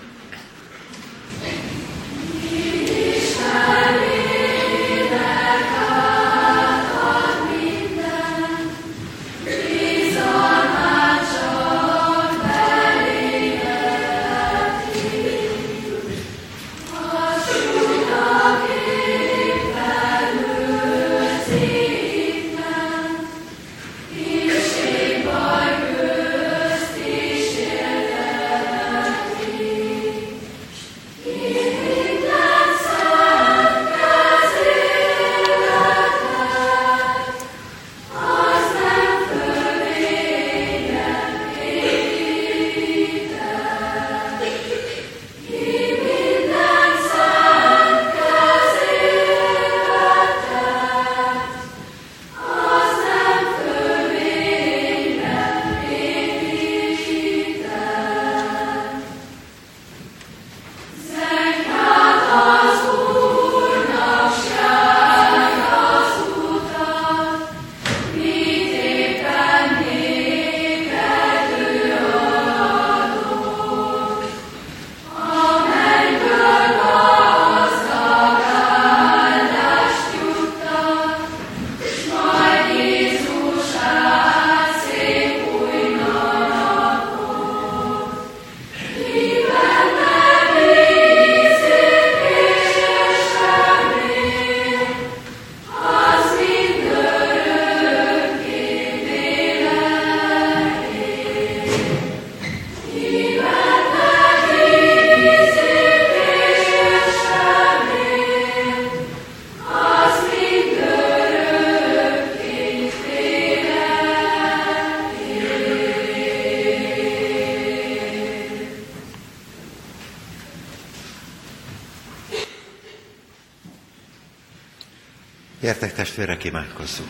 Gyertek testvérek, imádkozzunk!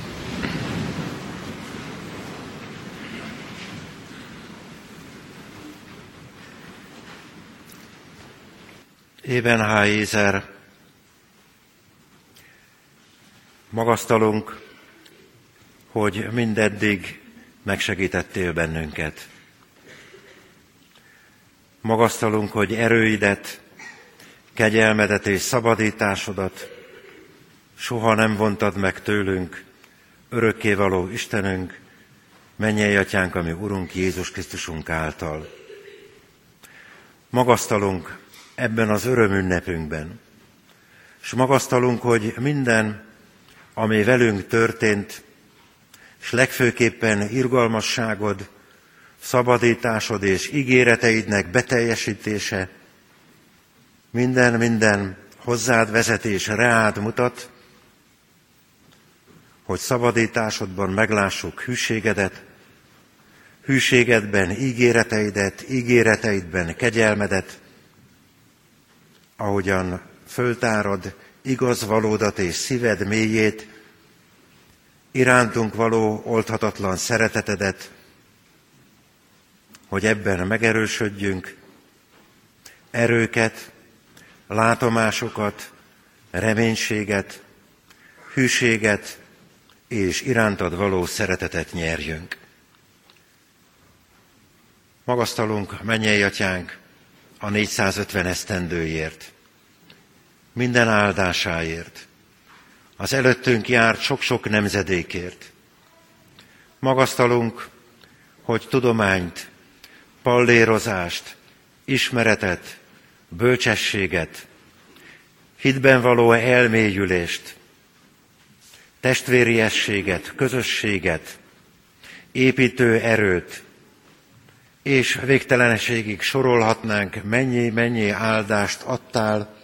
Ebenezer, magasztalunk, hogy mindeddig megsegítettél bennünket. Magasztalunk, hogy erőidet, kegyelmedet és szabadításodat soha nem vontad meg tőlünk, örökkévaló Istenünk, mennyei Atyánk, ami Urunk Jézus Krisztusunk által. Magasztalunk ebben az örömünnepünkben, és magasztalunk, hogy minden, ami velünk történt, és legfőképpen irgalmasságod, szabadításod és ígéreteidnek beteljesítése, minden hozzád vezet és reád mutat, hogy szabadításodban meglássuk hűségedet, hűségedben ígéreteidet, ígéreteidben kegyelmedet, ahogyan föltárad igaz valódat és szíved mélyét, irántunk való oldhatatlan szeretetedet, hogy ebben megerősödjünk, erőket, látomásokat, reménységet, hűséget és irántad való szeretetet nyerjünk. Magasztalunk, mennyei Atyánk, a 450 esztendőért, minden áldásáért, az előttünk járt sok-sok nemzedékért. Magasztalunk, hogy tudományt, pallérozást, ismeretet, bölcsességet, hitben való elmélyülést, testvériességet, közösséget, építő erőt, és végtelenségig sorolhatnánk, mennyi áldást adtál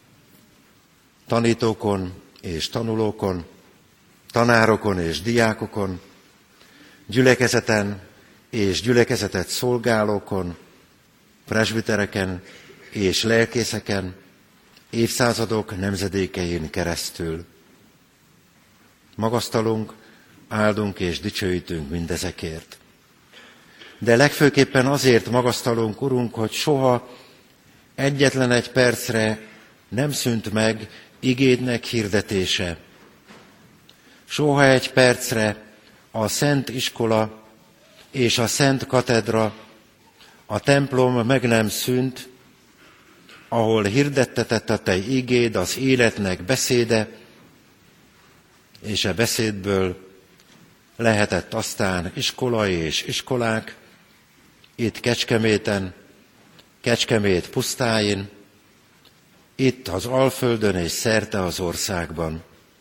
tanítókon és tanulókon, tanárokon és diákokon, gyülekezeten és gyülekezetet szolgálókon, presbitereken és lelkészeken, évszázadok nemzedékein keresztül. Magasztalunk, áldunk és dicsőítünk mindezekért. De legfőképpen azért magasztalunk, Urunk, hogy soha egyetlen egy percre nem szűnt meg igédnek hirdetése. Soha egy percre a Szent Iskola és a Szent Katedra, a templom meg nem szűnt, ahol hirdettetett a Te igéd, az életnek beszéde, és a beszédből lehetett aztán iskola és iskolák, itt Kecskeméten, Kecskemét pusztáin, itt az Alföldön és szerte az országban.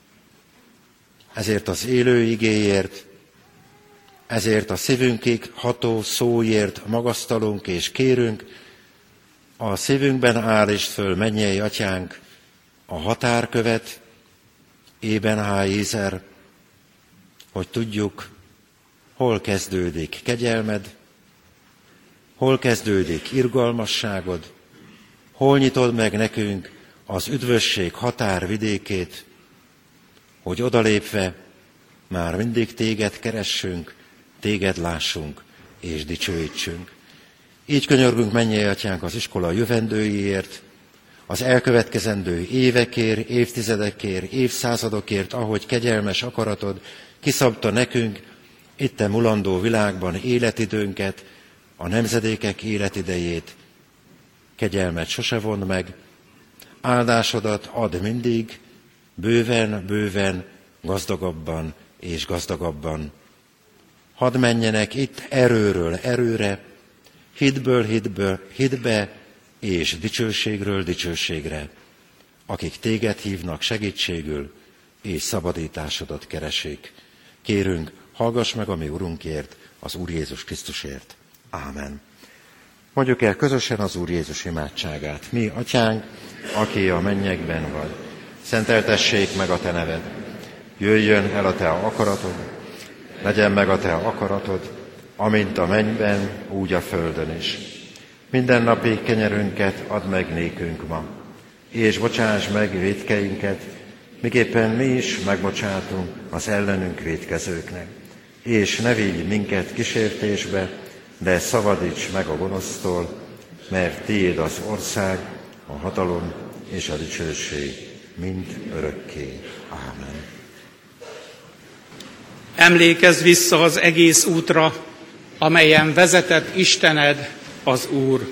Ezért az élő igéért, ezért a szívünkig ható szóért magasztalunk és kérünk, a szívünkben állítsd föl, mennyei Atyánk, a határkövet, Ebenezer, hogy tudjuk, hol kezdődik kegyelmed, hol kezdődik irgalmasságod, hol nyitod meg nekünk az üdvösség határvidékét, hogy odalépve már mindig téged keressünk, téged lássunk és dicsőítsünk. Így könyörgünk, mennyei Atyánk, az iskola jövendőiért, az elkövetkezendő évekért, évtizedekért, évszázadokért, ahogy kegyelmes akaratod kiszabta nekünk itten mulandó világban életidőnket, a nemzedékek életidejét. Kegyelmet sose vond meg, áldásodat add mindig, bőven, gazdagabban és gazdagabban. Hadd menjenek itt erőről erőre, hitből hitbe, és dicsőségről dicsőségre, akik téged hívnak segítségül, és szabadításodat keresik. Kérünk, hallgass meg a mi Urunkért, az Úr Jézus Krisztusért. Ámen. Mondjuk el közösen az Úr Jézus imádságát. Mi, Atyánk, aki a mennyekben vagy, szenteltessék meg a Te neved. Jöjjön el a Te akaratod, legyen meg a Te akaratod, amint a mennyben, úgy a földön is. Mindennapi kenyerünket add meg nékünk ma, és bocsáss meg vétkeinket, miképpen mi is megbocsátunk az ellenünk vétkezőknek. És ne vigy minket kísértésbe, de szabadíts meg a gonosztól, mert tiéd az ország, a hatalom és a dicsőség mind örökké. Ámen. Emlékezz vissza az egész útra, amelyen vezetett Istened, az Úr.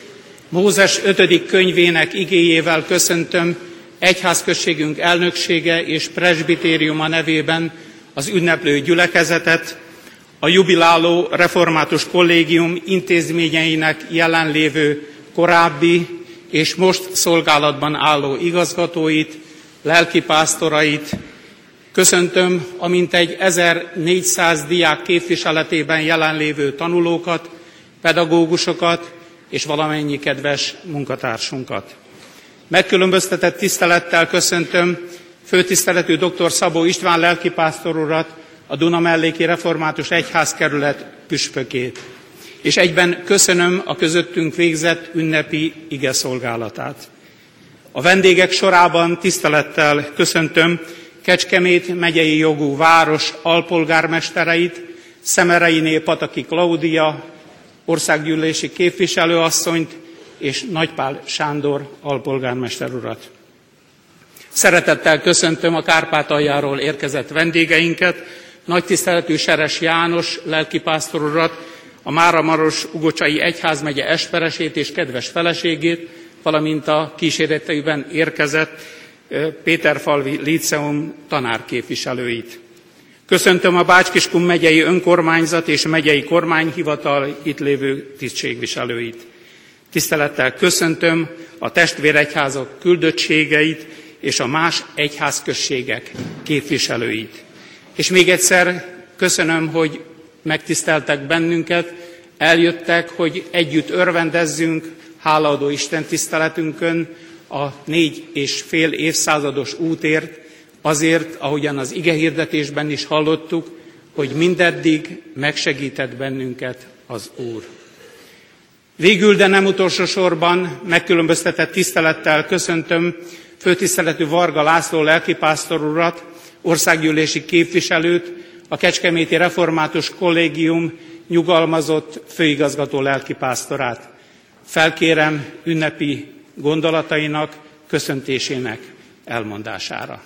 Mózes 5. könyvének igéjével köszöntöm egyházközségünk elnöksége és presbitériuma nevében az ünneplő gyülekezetet, a jubiláló református kollégium intézményeinek jelenlévő korábbi és most szolgálatban álló igazgatóit, lelkipásztorait. Köszöntöm a mintegy 1400 diák képviseletében jelenlévő tanulókat, pedagógusokat és valamennyi kedves munkatársunkat. Megkülönböztetett tisztelettel köszöntöm főtiszteletű dr. Szabó István lelkipásztor urat, a Dunamelléki Református Egyházkerület püspökét, és egyben köszönöm a közöttünk végzett ünnepi igeszolgálatát. A vendégek sorában tisztelettel köszöntöm Kecskemét megyei jogú város alpolgármestereit, Szemereiné Pataki Klaudia országgyűlési képviselőasszonyt és Nagypál Sándor alpolgármester urat. Szeretettel köszöntöm a Kárpátaljáról érkezett vendégeinket, nagy tiszteletű Seres János lelkipásztor urat, a Máramaros-Ugocsai Egyházmegye esperesét és kedves feleségét, valamint a kíséreteiben érkezett Péterfalvi Líceum tanárképviselőit. Köszöntöm a Bács-Kiskun megyei önkormányzat és megyei kormányhivatal itt lévő tisztségviselőit. Tisztelettel köszöntöm a testvéregyházak küldöttségeit és a más egyházközségek képviselőit. És még egyszer köszönöm, hogy megtiszteltek bennünket, eljöttek, hogy együtt örvendezzünk hálaadó Isten tiszteletünkön a 4,5 évszázados útért, azért, ahogyan az igehirdetésben is hallottuk, hogy mindeddig megsegített bennünket az Úr. Végül, de nem utolsó sorban megkülönböztetett tisztelettel köszöntöm főtiszteletű Varga László lelkipásztor urat, országgyűlési képviselőt, a Kecskeméti Református Kollégium nyugalmazott főigazgató lelkipásztorát. Felkérem ünnepi gondolatainak, köszöntésének elmondására.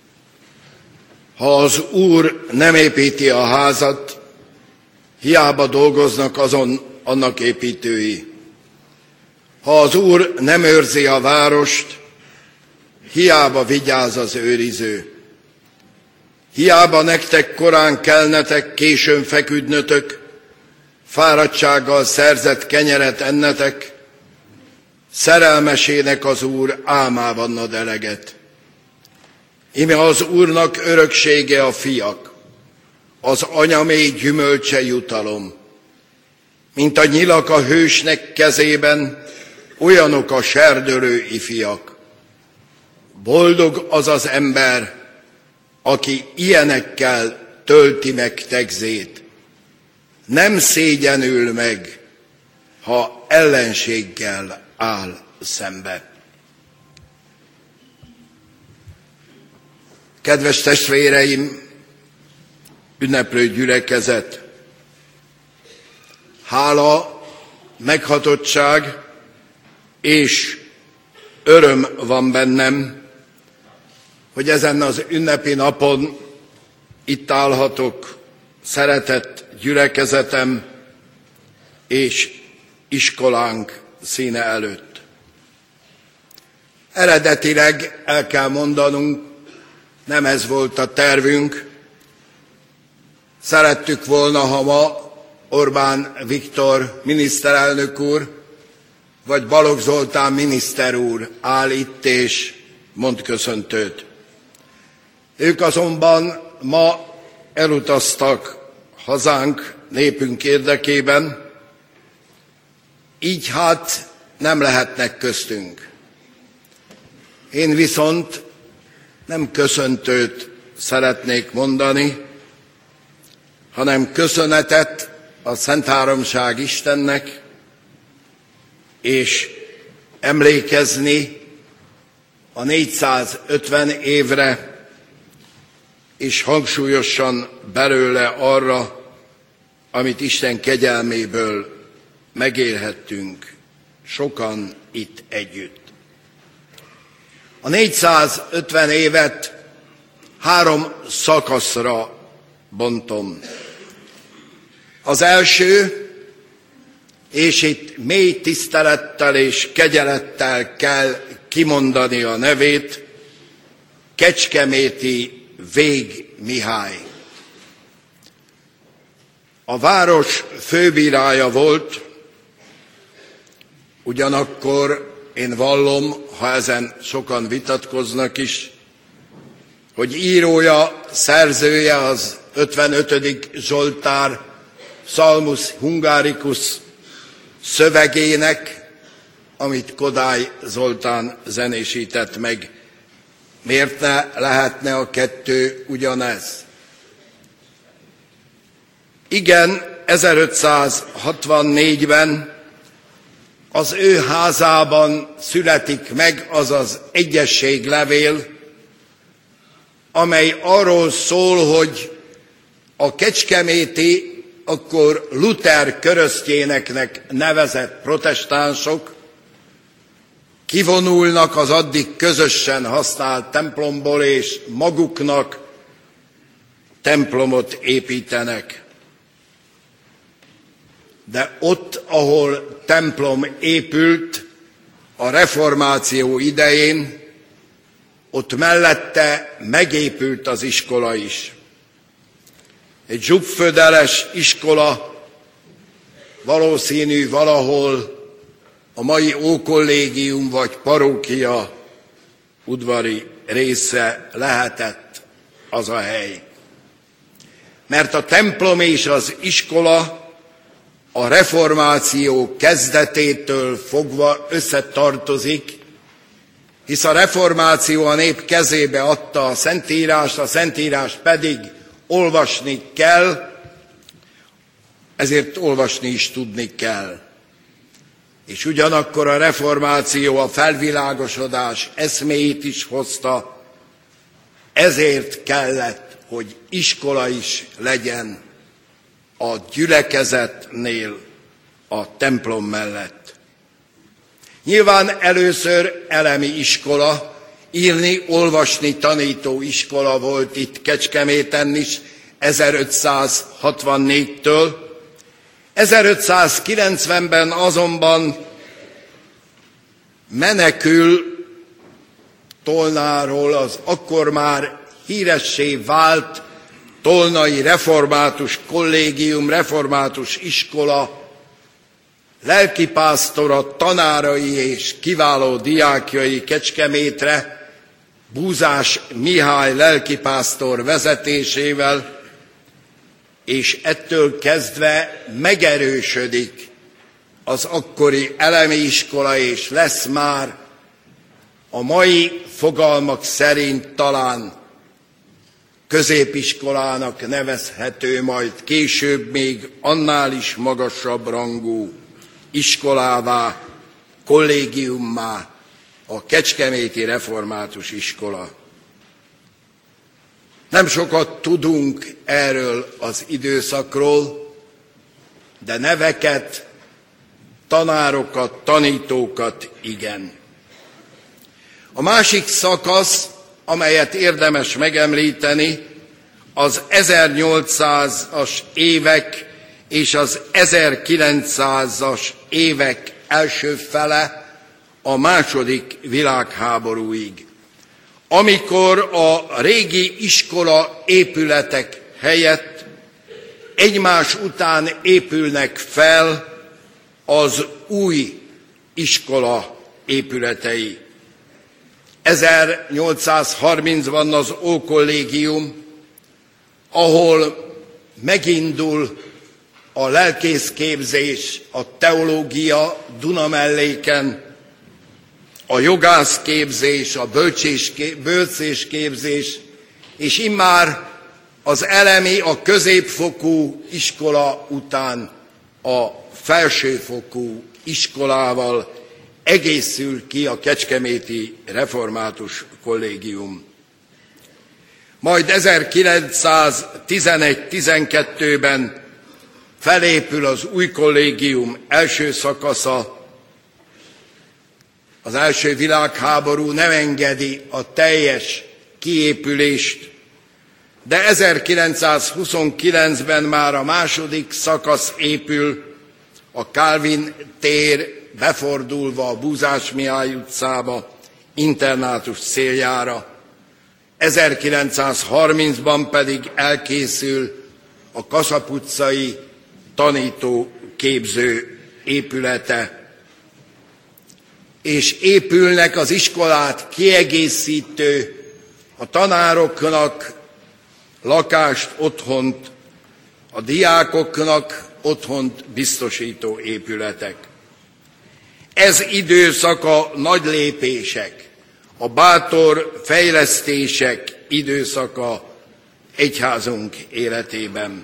Ha az Úr nem építi a házat, hiába dolgoznak azon annak építői. Ha az Úr nem őrzi a várost, hiába vigyáz az őriző. Hiába nektek korán kelnetek, későn feküdnötök, fáradtsággal szerzett kenyeret ennetek, szerelmesének az Úr álmában ad eleget. Íme az Úrnak öröksége a fiak, az anyamély gyümölcse jutalom. Mint a nyilak a hősnek kezében, olyanok a serdülő ifjak. Boldog az az ember, aki ilyenekkel tölti meg tegzét. Nem szégyenül meg, ha ellenséggel áll szembe. Kedves testvéreim, ünneplő gyülekezet, hála, meghatottság és öröm van bennem, hogy ezen az ünnepi napon itt állhatok, szeretett gyülekezetem és iskolánk színe előtt. Eredetileg el kell mondanunk, nem ez volt a tervünk. Szerettük volna, ha ma Orbán Viktor miniszterelnök úr, vagy Balogh Zoltán miniszter úr áll itt és mond köszöntőt. Ők azonban ma elutaztak hazánk, népünk érdekében, így hát nem lehetnek köztünk. Én viszont nem köszöntőt szeretnék mondani, hanem köszönetet a Szentháromság Istennek, és emlékezni a 450 évre, és hangsúlyosan belőle arra, amit Isten kegyelméből megélhettünk sokan itt együtt. A 450 évet 3 szakaszra bontom. Az első, és itt mély tisztelettel és kegyelettel kell kimondani a nevét, Kecskeméti Vég Mihály. A város főbírája volt, ugyanakkor én vallom, ha ezen sokan vitatkoznak is, hogy írója, szerzője az 55. Zsoltár Psalmus Hungarikus szövegének, amit Kodály Zoltán zenésített meg. Miért ne lehetne a kettő ugyanez? Igen, 1564-ben az ő házában születik meg az az egyességlevél, amely arról szól, hogy a kecskeméti, akkor Luther köröstjéneknek nevezett protestánsok kivonulnak az addig közösen használt templomból, és maguknak templomot építenek. De ott, ahol templom épült a reformáció idején, ott mellette megépült az iskola is. Egy zsugfödeles iskola, valószínű valahol a mai ókollégium vagy parókia udvari része lehetett az a hely. Mert a templom és az iskola a reformáció kezdetétől fogva összetartozik, hisz a reformáció a nép kezébe adta a Szentírást, a Szentírás pedig olvasni kell, ezért olvasni is tudni kell. És ugyanakkor a reformáció a felvilágosodás eszméjét is hozta, ezért kellett, hogy iskola is legyen a gyülekezetnél a templom mellett. Nyilván először elemi iskola, írni, olvasni tanító iskola volt itt Kecskeméten is 1564-től. 1590-ben azonban menekül Tolnáról az akkor már híressé vált Tolnai Református Kollégium, Református Iskola lelkipásztora, tanárai és kiváló diákjai Kecskemétre, Búzás Mihály lelkipásztor vezetésével, és ettől kezdve megerősödik az akkori elemi iskola, és lesz már a mai fogalmak szerint talán középiskolának nevezhető, majd később még annál is magasabb rangú iskolává, kollégiummá, a Kecskeméti Református Iskola. Nem sokat tudunk erről az időszakról, de neveket, tanárokat, tanítókat igen. A másik szakasz, amelyet érdemes megemlíteni, az 1800-as évek és az 1900-as évek első fele, a második világháborúig, amikor a régi iskola épületek helyett egymás után épülnek fel az új iskola épületei. 1830-ban az Ókollégium, ahol megindul a lelkészképzés, a teológia Dunamelléken, a jogászképzés, a bölcsésképzés, és immár az elemi, a középfokú iskola után a felsőfokú iskolával egészül ki a Kecskeméti Református Kollégium. Majd 1911-12-ben felépül az új kollégium első szakasza, az első világháború nem engedi a teljes kiépülést, de 1929-ben már a második szakasz épül, a Kálvin tér befordulva a Búzás Mihály utcába, internátus céljára. 1930-ban pedig elkészül a Kaszap utcai tanítóképző épülete, és épülnek az iskolát kiegészítő, a tanároknak lakást, otthont, a diákoknak otthont biztosító épületek. Ez időszaka nagy lépések, a bátor fejlesztések időszaka egyházunk életében.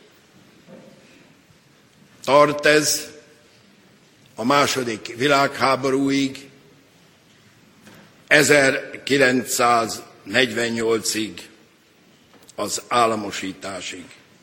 Tart ez a második világháborúig, 1948-ig, az államosításig.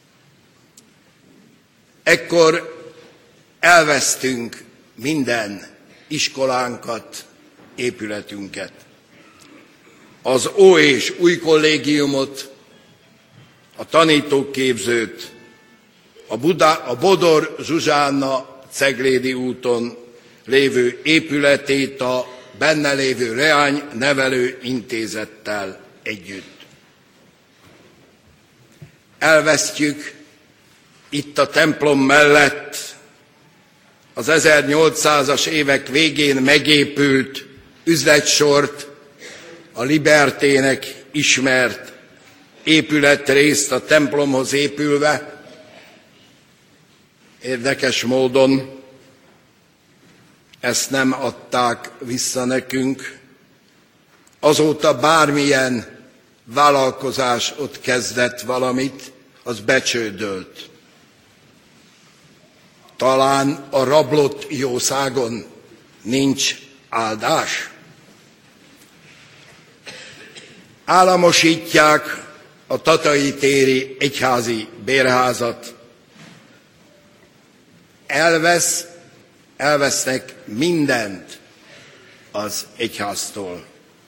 Ekkor elvesztünk minden iskolánkat, épületünket. Az Ó és Új kollégiumot, a tanítóképzőt, a Bodor Zsuzsána Ceglédi úton lévő épületét a benne lévő Leány Nevelő Intézettel együtt. Elvesztjük itt a templom mellett az 1800-as évek végén megépült üzletsort, a Libertének ismert épületrészt a templomhoz épülve. Érdekes módon ezt nem adták vissza nekünk. Azóta bármilyen vállalkozás ott kezdett valamit, az becsődölt. Talán a rablott jószágon nincs áldás? Államosítják a Tatai téri egyházi bérházat. Elvesznek mindent az egyháztól.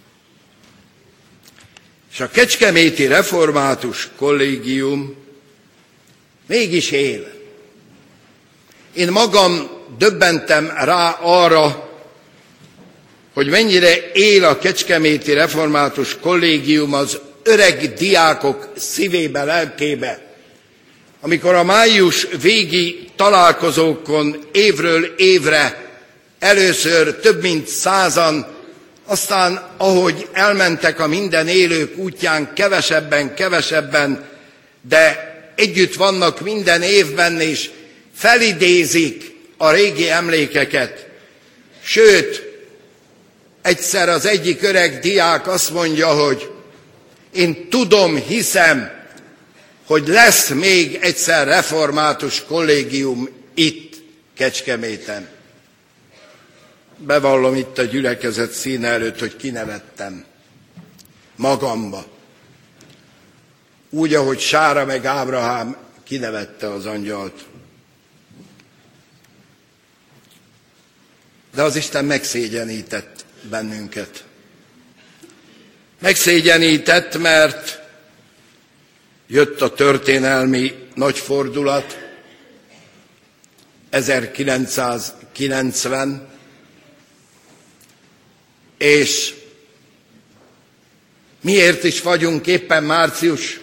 És a Kecskeméti Református Kollégium mégis él. Én magam döbbentem rá arra, hogy mennyire él a Kecskeméti Református Kollégium az öreg diákok szívébe, lelkébe. Amikor a május végi találkozókon évről évre először több mint 100-an, aztán ahogy elmentek a minden élők útján kevesebben, de együtt vannak minden évben, és felidézik a régi emlékeket. Sőt, egyszer az egyik öreg diák azt mondja, hogy én tudom, hiszem, hogy lesz még egyszer református kollégium itt, Kecskeméten. Bevallom itt a gyülekezet színe előtt, hogy kinevettem magamba. Úgy, ahogy Sára meg Ábrahám kinevette az angyalt. De az Isten megszégyenített bennünket. Megszégyenített, mert jött a történelmi nagy fordulat, 1990, és miért is vagyunk éppen március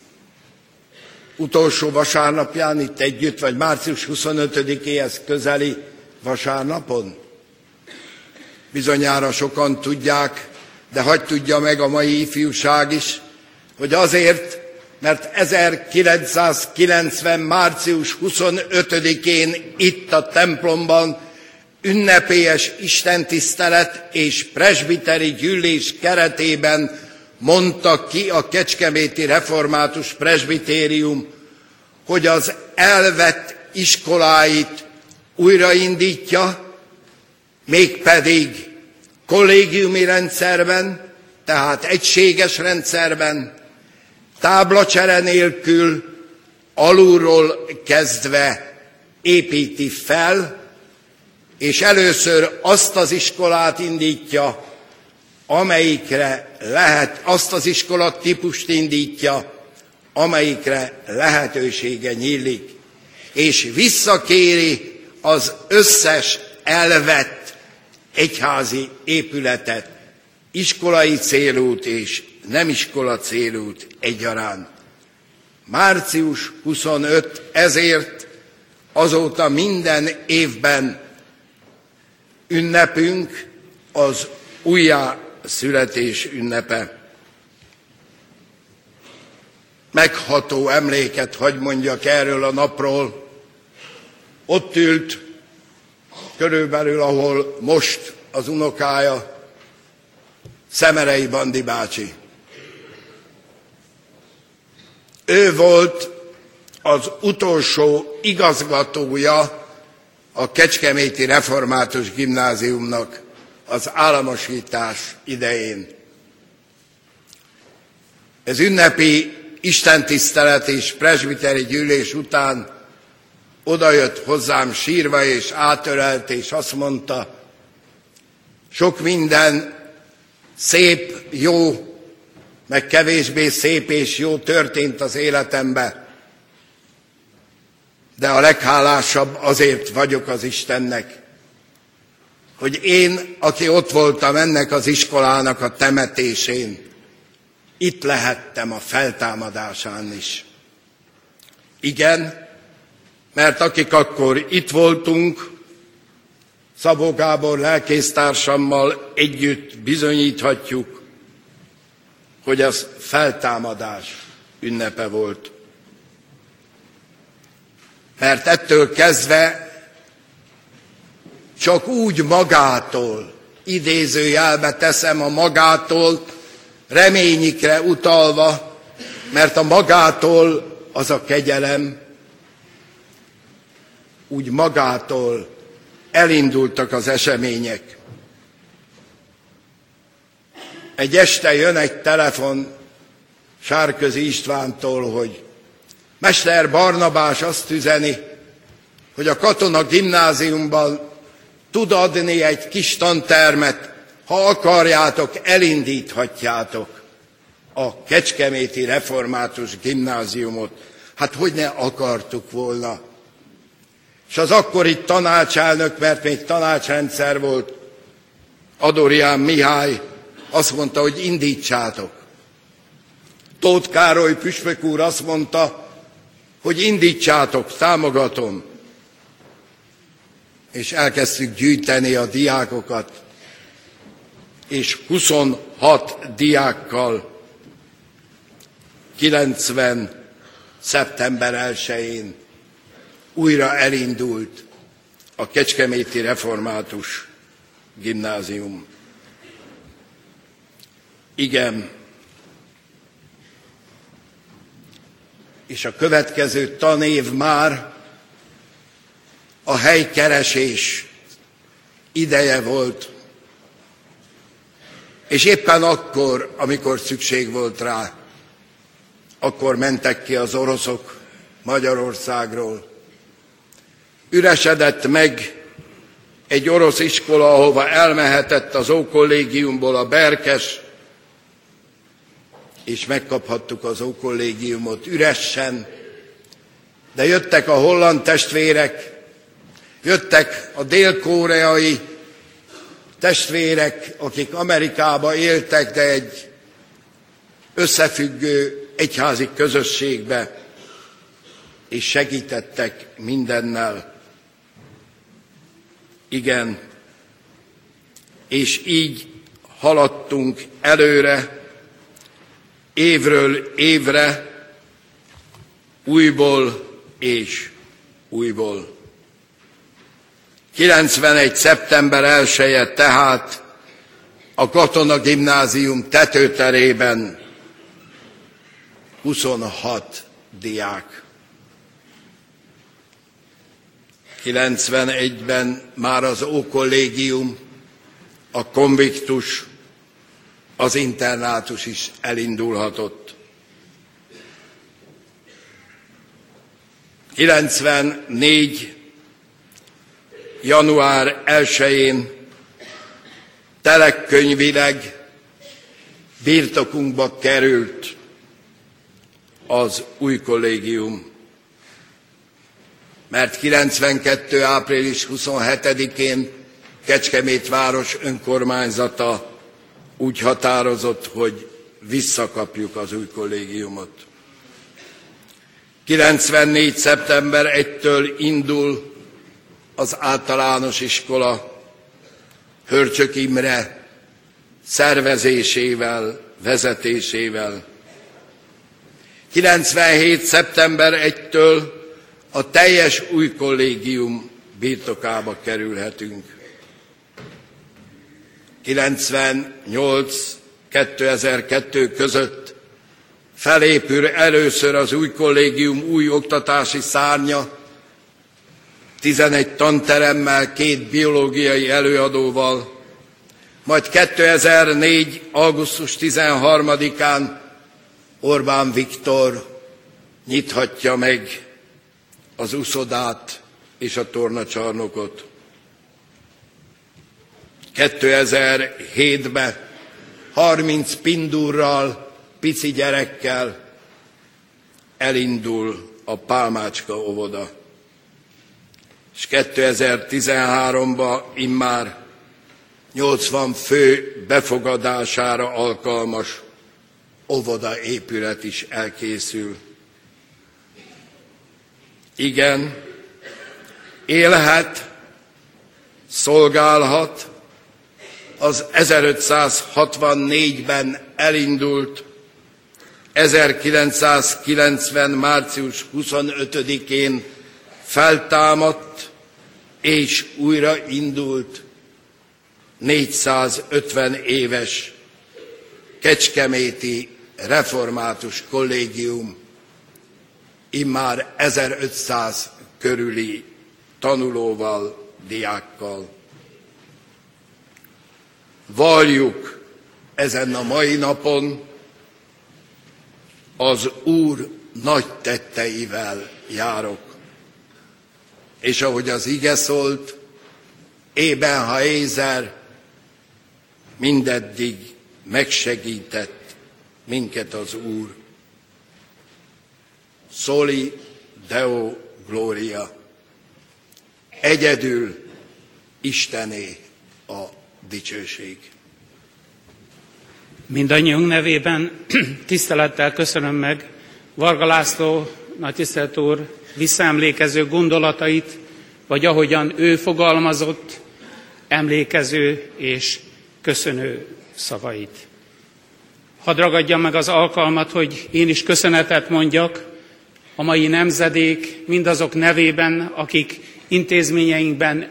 utolsó vasárnapján itt együtt, vagy március 25-éhez közeli vasárnapon? Bizonyára sokan tudják, de hadd tudja meg a mai ifjúság is, hogy azért, mert 1990. március 25-én itt a templomban ünnepélyes istentisztelet és presbiteri gyűlés keretében mondta ki a Kecskeméti Református Presbitérium, hogy az elvett iskoláit újraindítja, mégpedig kollégiumi rendszerben, tehát egységes rendszerben, táblacsere nélkül, alulról kezdve építi fel, és először azt az iskolát indítja, amelyikre lehet, azt az iskolatípust indítja, amelyikre lehetősége nyílik, és visszakéri az összes elvett egyházi épületet, iskolai célút és nem iskola célút egyaránt. Március 25, ezért azóta minden évben ünnepünk, az újjászületés ünnepe. Megható emléket hagy mondjak erről a napról. Ott ült, körülbelül ahol most az unokája, Szemerei Bandi bácsi. Ő volt az utolsó igazgatója a Kecskeméti Református Gimnáziumnak az államosítás idején. Ez ünnepi istentisztelet és presbiteri gyűlés után odajött hozzám sírva és átölelt, és azt mondta, sok minden szép, jó, meg kevésbé szép és jó történt az életemben, de a leghálásabb azért vagyok az Istennek, hogy én, aki ott voltam ennek az iskolának a temetésén, itt lehettem a feltámadásán is. Igen, mert akik akkor itt voltunk, Szabó Gábor lelkésztársammal együtt bizonyíthatjuk, hogy az feltámadás ünnepe volt. Mert ettől kezdve csak úgy magától, idézőjelbe teszem a magától, reményikre utalva, mert a magától az a kegyelem, úgy magától elindultak az események. Egy este jön egy telefon Sárközi Istvántól, hogy Mester Barnabás azt üzeni, hogy a Katona Gimnáziumban tud adni egy kis tantermet, ha akarjátok, elindíthatjátok a Kecskeméti Református Gimnáziumot. Hát hogy ne akartuk volna? És az akkori tanácselnök, mert még tanácsrendszer volt, Adorján Mihály azt mondta, hogy indítsátok. Tóth Károly püspök úr azt mondta, hogy indítsátok, támogatom. És elkezdtük gyűjteni a diákokat, és 26 diákkal 90. szeptember 1-én újra elindult a Kecskeméti Református Gimnázium. Igen, és a következő tanév már a helykeresés ideje volt, és éppen akkor, amikor szükség volt rá, akkor mentek ki az oroszok Magyarországról. Üresedett meg egy orosz iskola, ahova elmehetett az ókollégiumból a Berkes, és megkaphattuk az ókollégiumot üresen, de jöttek a holland testvérek, jöttek a dél-koreai testvérek, akik Amerikába éltek, de egy összefüggő egyházi közösségbe, és segítettek mindennel. Igen, és így haladtunk előre, évről évre, újból és újból. 91. szeptember 1-je tehát a Katona Gimnázium tetőterében 26 diák. 91-ben már az ókollégium, a konviktus, az internátus is elindulhatott. 94. január 1-én telekkönyvileg birtokunkba került az új kollégium. Mert 92. április 27-én Kecskemét város önkormányzata úgy határozott, hogy visszakapjuk az új kollégiumot. 94. szeptember 1-től indul az általános iskola Hörcsök Imre szervezésével, vezetésével. 97. szeptember 1-től a teljes új kollégium birtokába kerülhetünk. 98-2002 között felépül először az új kollégium új oktatási szárnya, 11 tanteremmel, 2 biológiai előadóval, majd 2004. augusztus 13-án Orbán Viktor nyithatja meg az uszodát és a tornacsarnokot. 2007-ben 30 pindurral, pici gyerekkel elindul a Pálmácska óvoda. És 2013-ban immár 80 fő befogadására alkalmas óvodaépület is elkészül. Igen, élhet, szolgálhat az 1564-ben elindult, 1990. március 25-én feltámadt és újraindult 450 éves kecskeméti református kollégium, immár 1500 körüli tanulóval, diákkal. Valljuk ezen a mai napon, az Úr nagy tetteivel járok. És ahogy az ige szólt, ében ha ézer, mindeddig megsegített minket az Úr. Soli Deo Gloria. Egyedül Istené a dicsőség. Mindannyiunk nevében tisztelettel köszönöm meg Varga László nagytisztelt úr visszaemlékező gondolatait, vagy ahogyan ő fogalmazott, emlékező és köszönő szavait. Hadd ragadjam meg az alkalmat, hogy én is köszönetet mondjak a mai nemzedék mindazok nevében, akik intézményeinkbe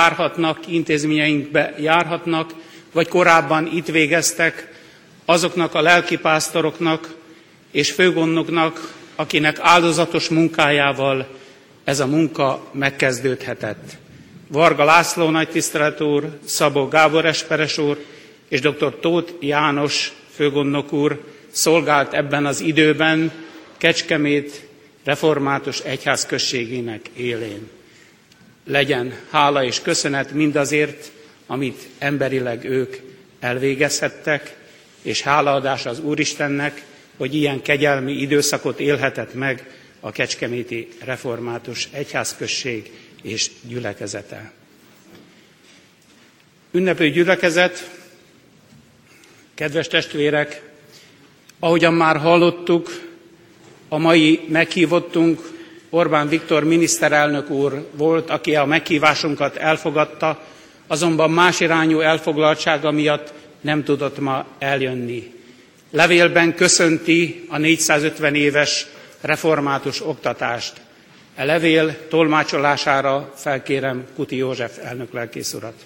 járhatnak, vagy korábban itt végeztek, azoknak a lelkipásztoroknak és főgondnoknak, akinek áldozatos munkájával ez a munka megkezdődhetett. Varga László nagytisztelet úr, Szabó Gábor esperes úr és dr. Tóth János főgondnok úr szolgált ebben az időben Kecskemét református egyházközségének élén. Legyen hála és köszönet mindazért, amit emberileg ők elvégezhettek, és hálaadás az Úristennek, hogy ilyen kegyelmi időszakot élhetett meg a kecskeméti református egyházközség és gyülekezete. Ünneplő gyülekezet, kedves testvérek, ahogyan már hallottuk, a mai meghívottunk Orbán Viktor miniszterelnök úr volt, aki a meghívásunkat elfogadta, azonban más irányú elfoglaltsága miatt nem tudott ma eljönni. Levélben köszönti a 450 éves református oktatást. E levél tolmácsolására felkérem Kuti József elnök lelkész urat.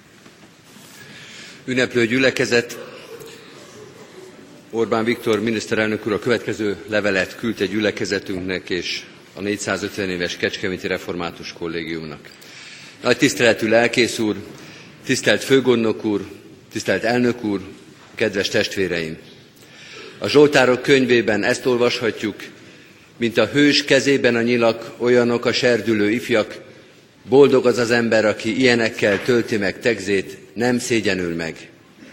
Ünneplő gyülekezet, Orbán Viktor miniszterelnök úr a következő levelet küldte gyülekezetünknek és a 450 éves Kecskeméti Református Kollégiumnak. Nagy tiszteletű lelkész úr, tisztelt főgondnok úr, tisztelt elnök úr, kedves testvéreim! A Zsoltárok könyvében ezt olvashatjuk, mint a hős kezében a nyilak, olyanok a serdülő ifjak, Boldog az az ember, aki ilyenekkel tölti meg tegzét, nem szégyenül meg.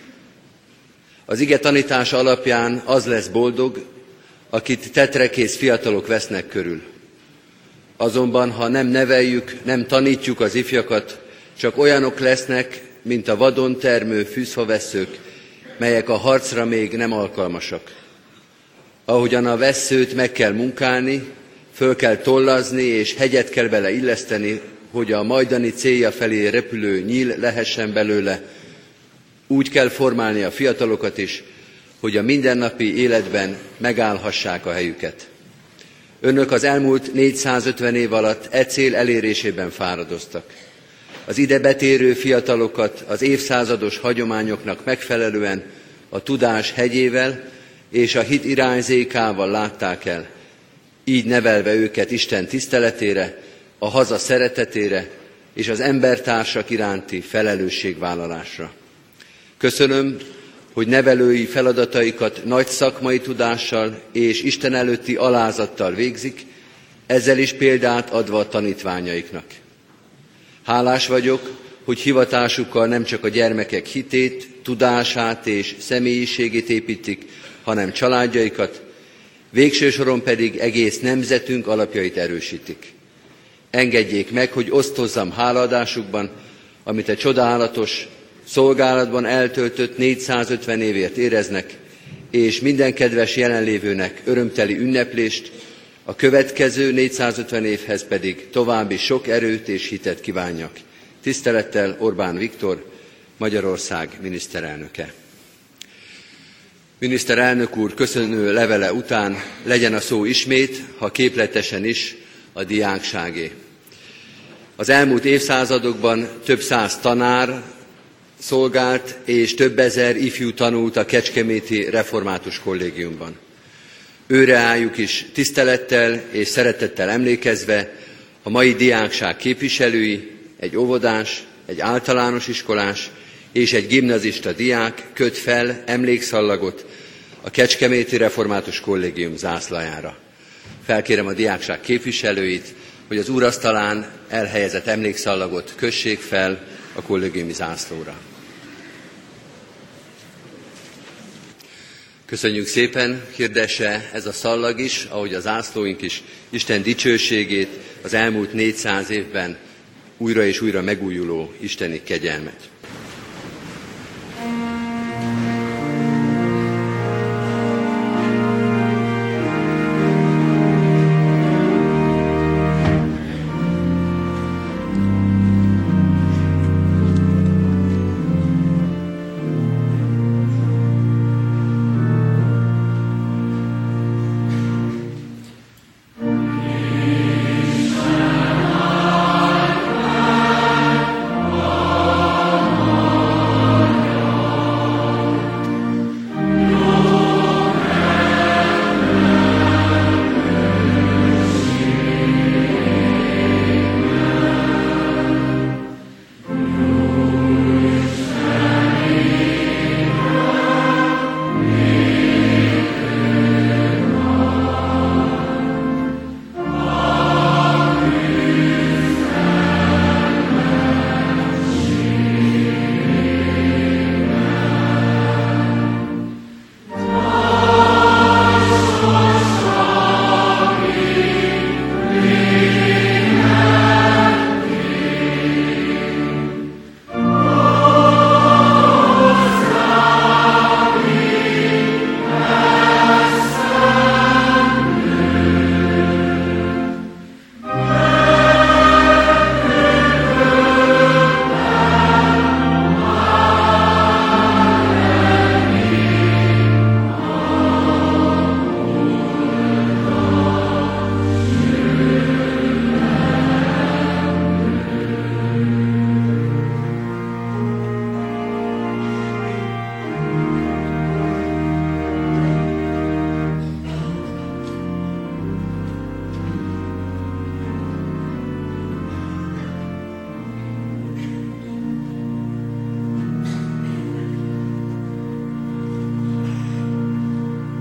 Az ige tanítása alapján az lesz boldog, akit tetrekész fiatalok vesznek körül. Azonban, ha nem neveljük, nem tanítjuk az ifjakat, csak olyanok lesznek, mint a vadon termő fűzfavesszők, melyek a harcra még nem alkalmasak. Ahogyan a vesszőt meg kell munkálni, föl kell tollazni és hegyet kell bele illeszteni, hogy a majdani célja felé repülő nyíl lehessen belőle, úgy kell formálni a fiatalokat is, hogy a mindennapi életben megállhassák a helyüket. Önök az elmúlt 450 év alatt e cél elérésében fáradoztak. Az ide betérő fiatalokat az évszázados hagyományoknak megfelelően a tudás hegyével és a hit irányzékával látták el, így nevelve őket Isten tiszteletére, a haza szeretetére és az embertársak iránti felelősségvállalásra. Köszönöm, hogy nevelői feladataikat nagy szakmai tudással és Isten előtti alázattal végzik, ezzel is példát adva a tanítványaiknak. Hálás vagyok, hogy hivatásukkal nem csak a gyermekek hitét, tudását és személyiségét építik, hanem családjaikat, végső soron pedig egész nemzetünk alapjait erősítik. Engedjék meg, hogy osztozzam hálaadásukban, amit a csodálatos szolgálatban eltöltött 450 évért éreznek, és minden kedves jelenlévőnek örömteli ünneplést, a következő 450 évhez pedig további sok erőt és hitet kívánjak. Tisztelettel Orbán Viktor, Magyarország miniszterelnöke. Miniszterelnök úr köszönő levele után legyen a szó ismét, ha képletesen is, a diákságé. Az elmúlt évszázadokban több száz tanár szolgált, és több ezer ifjú tanult a Kecskeméti Református Kollégiumban. Őreájuk is tisztelettel és szeretettel emlékezve a mai diákság képviselői, egy óvodás, egy általános iskolás és egy gimnazista diák köt fel emlékszallagot a Kecskeméti Református Kollégium zászlajára. Felkérem a diákság képviselőit, hogy az úrasztalán elhelyezett emlékszallagot kössék fel a kollégiumi zászlóra. Köszönjük szépen, hirdesse ez a szallag is, ahogy a zászlóink is, Isten dicsőségét, az elmúlt 400 évben újra és újra megújuló isteni kegyelmet.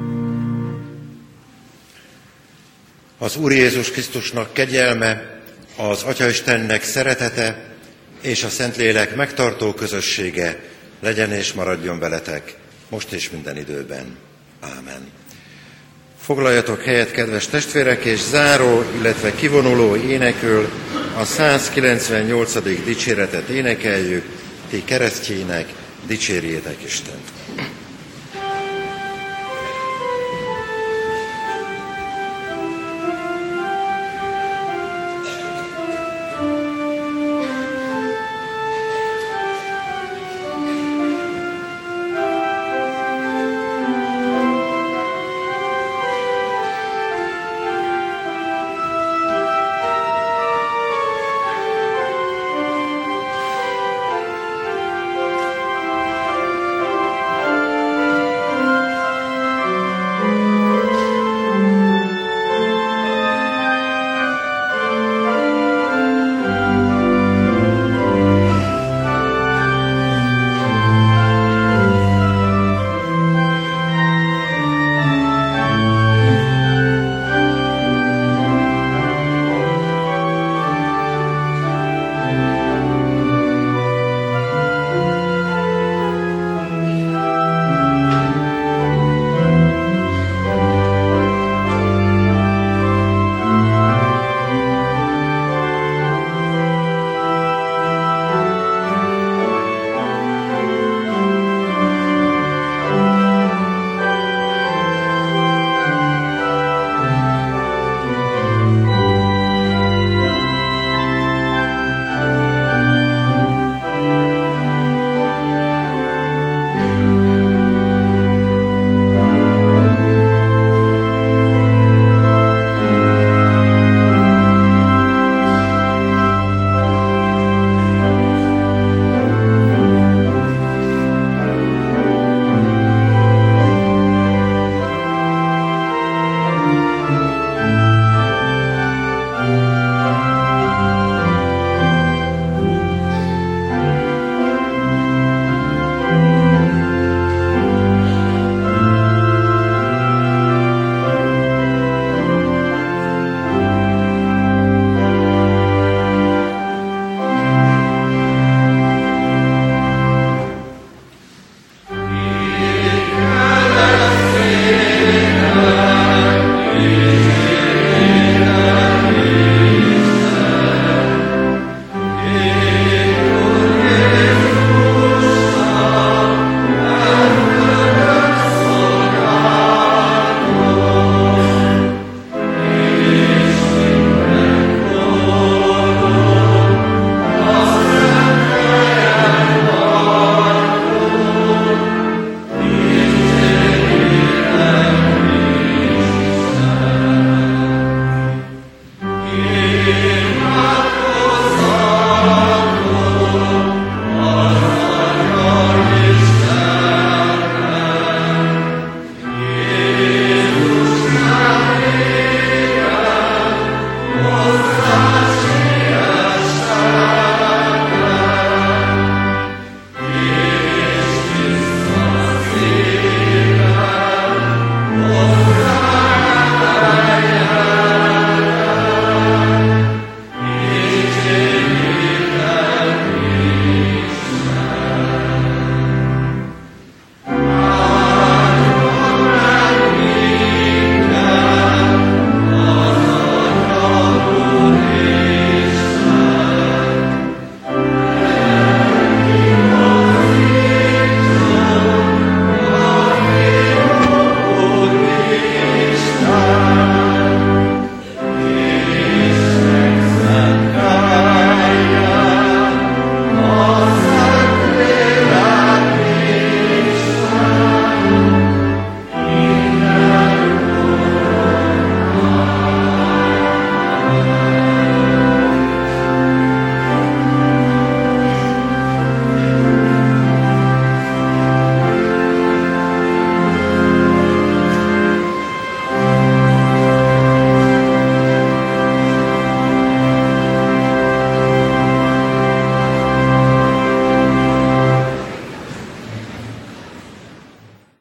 Az Úr Jézus Krisztusnak kegyelme Az Atya'istennek szeretete és a Szentlélek megtartó közössége legyen és maradjon veletek, most és minden időben. Ámen. Foglaljatok helyet, kedves testvérek, és záró, illetve kivonuló énekül a 198. dicséretet énekeljük, ti keresztjének, dicsérjétek Istent!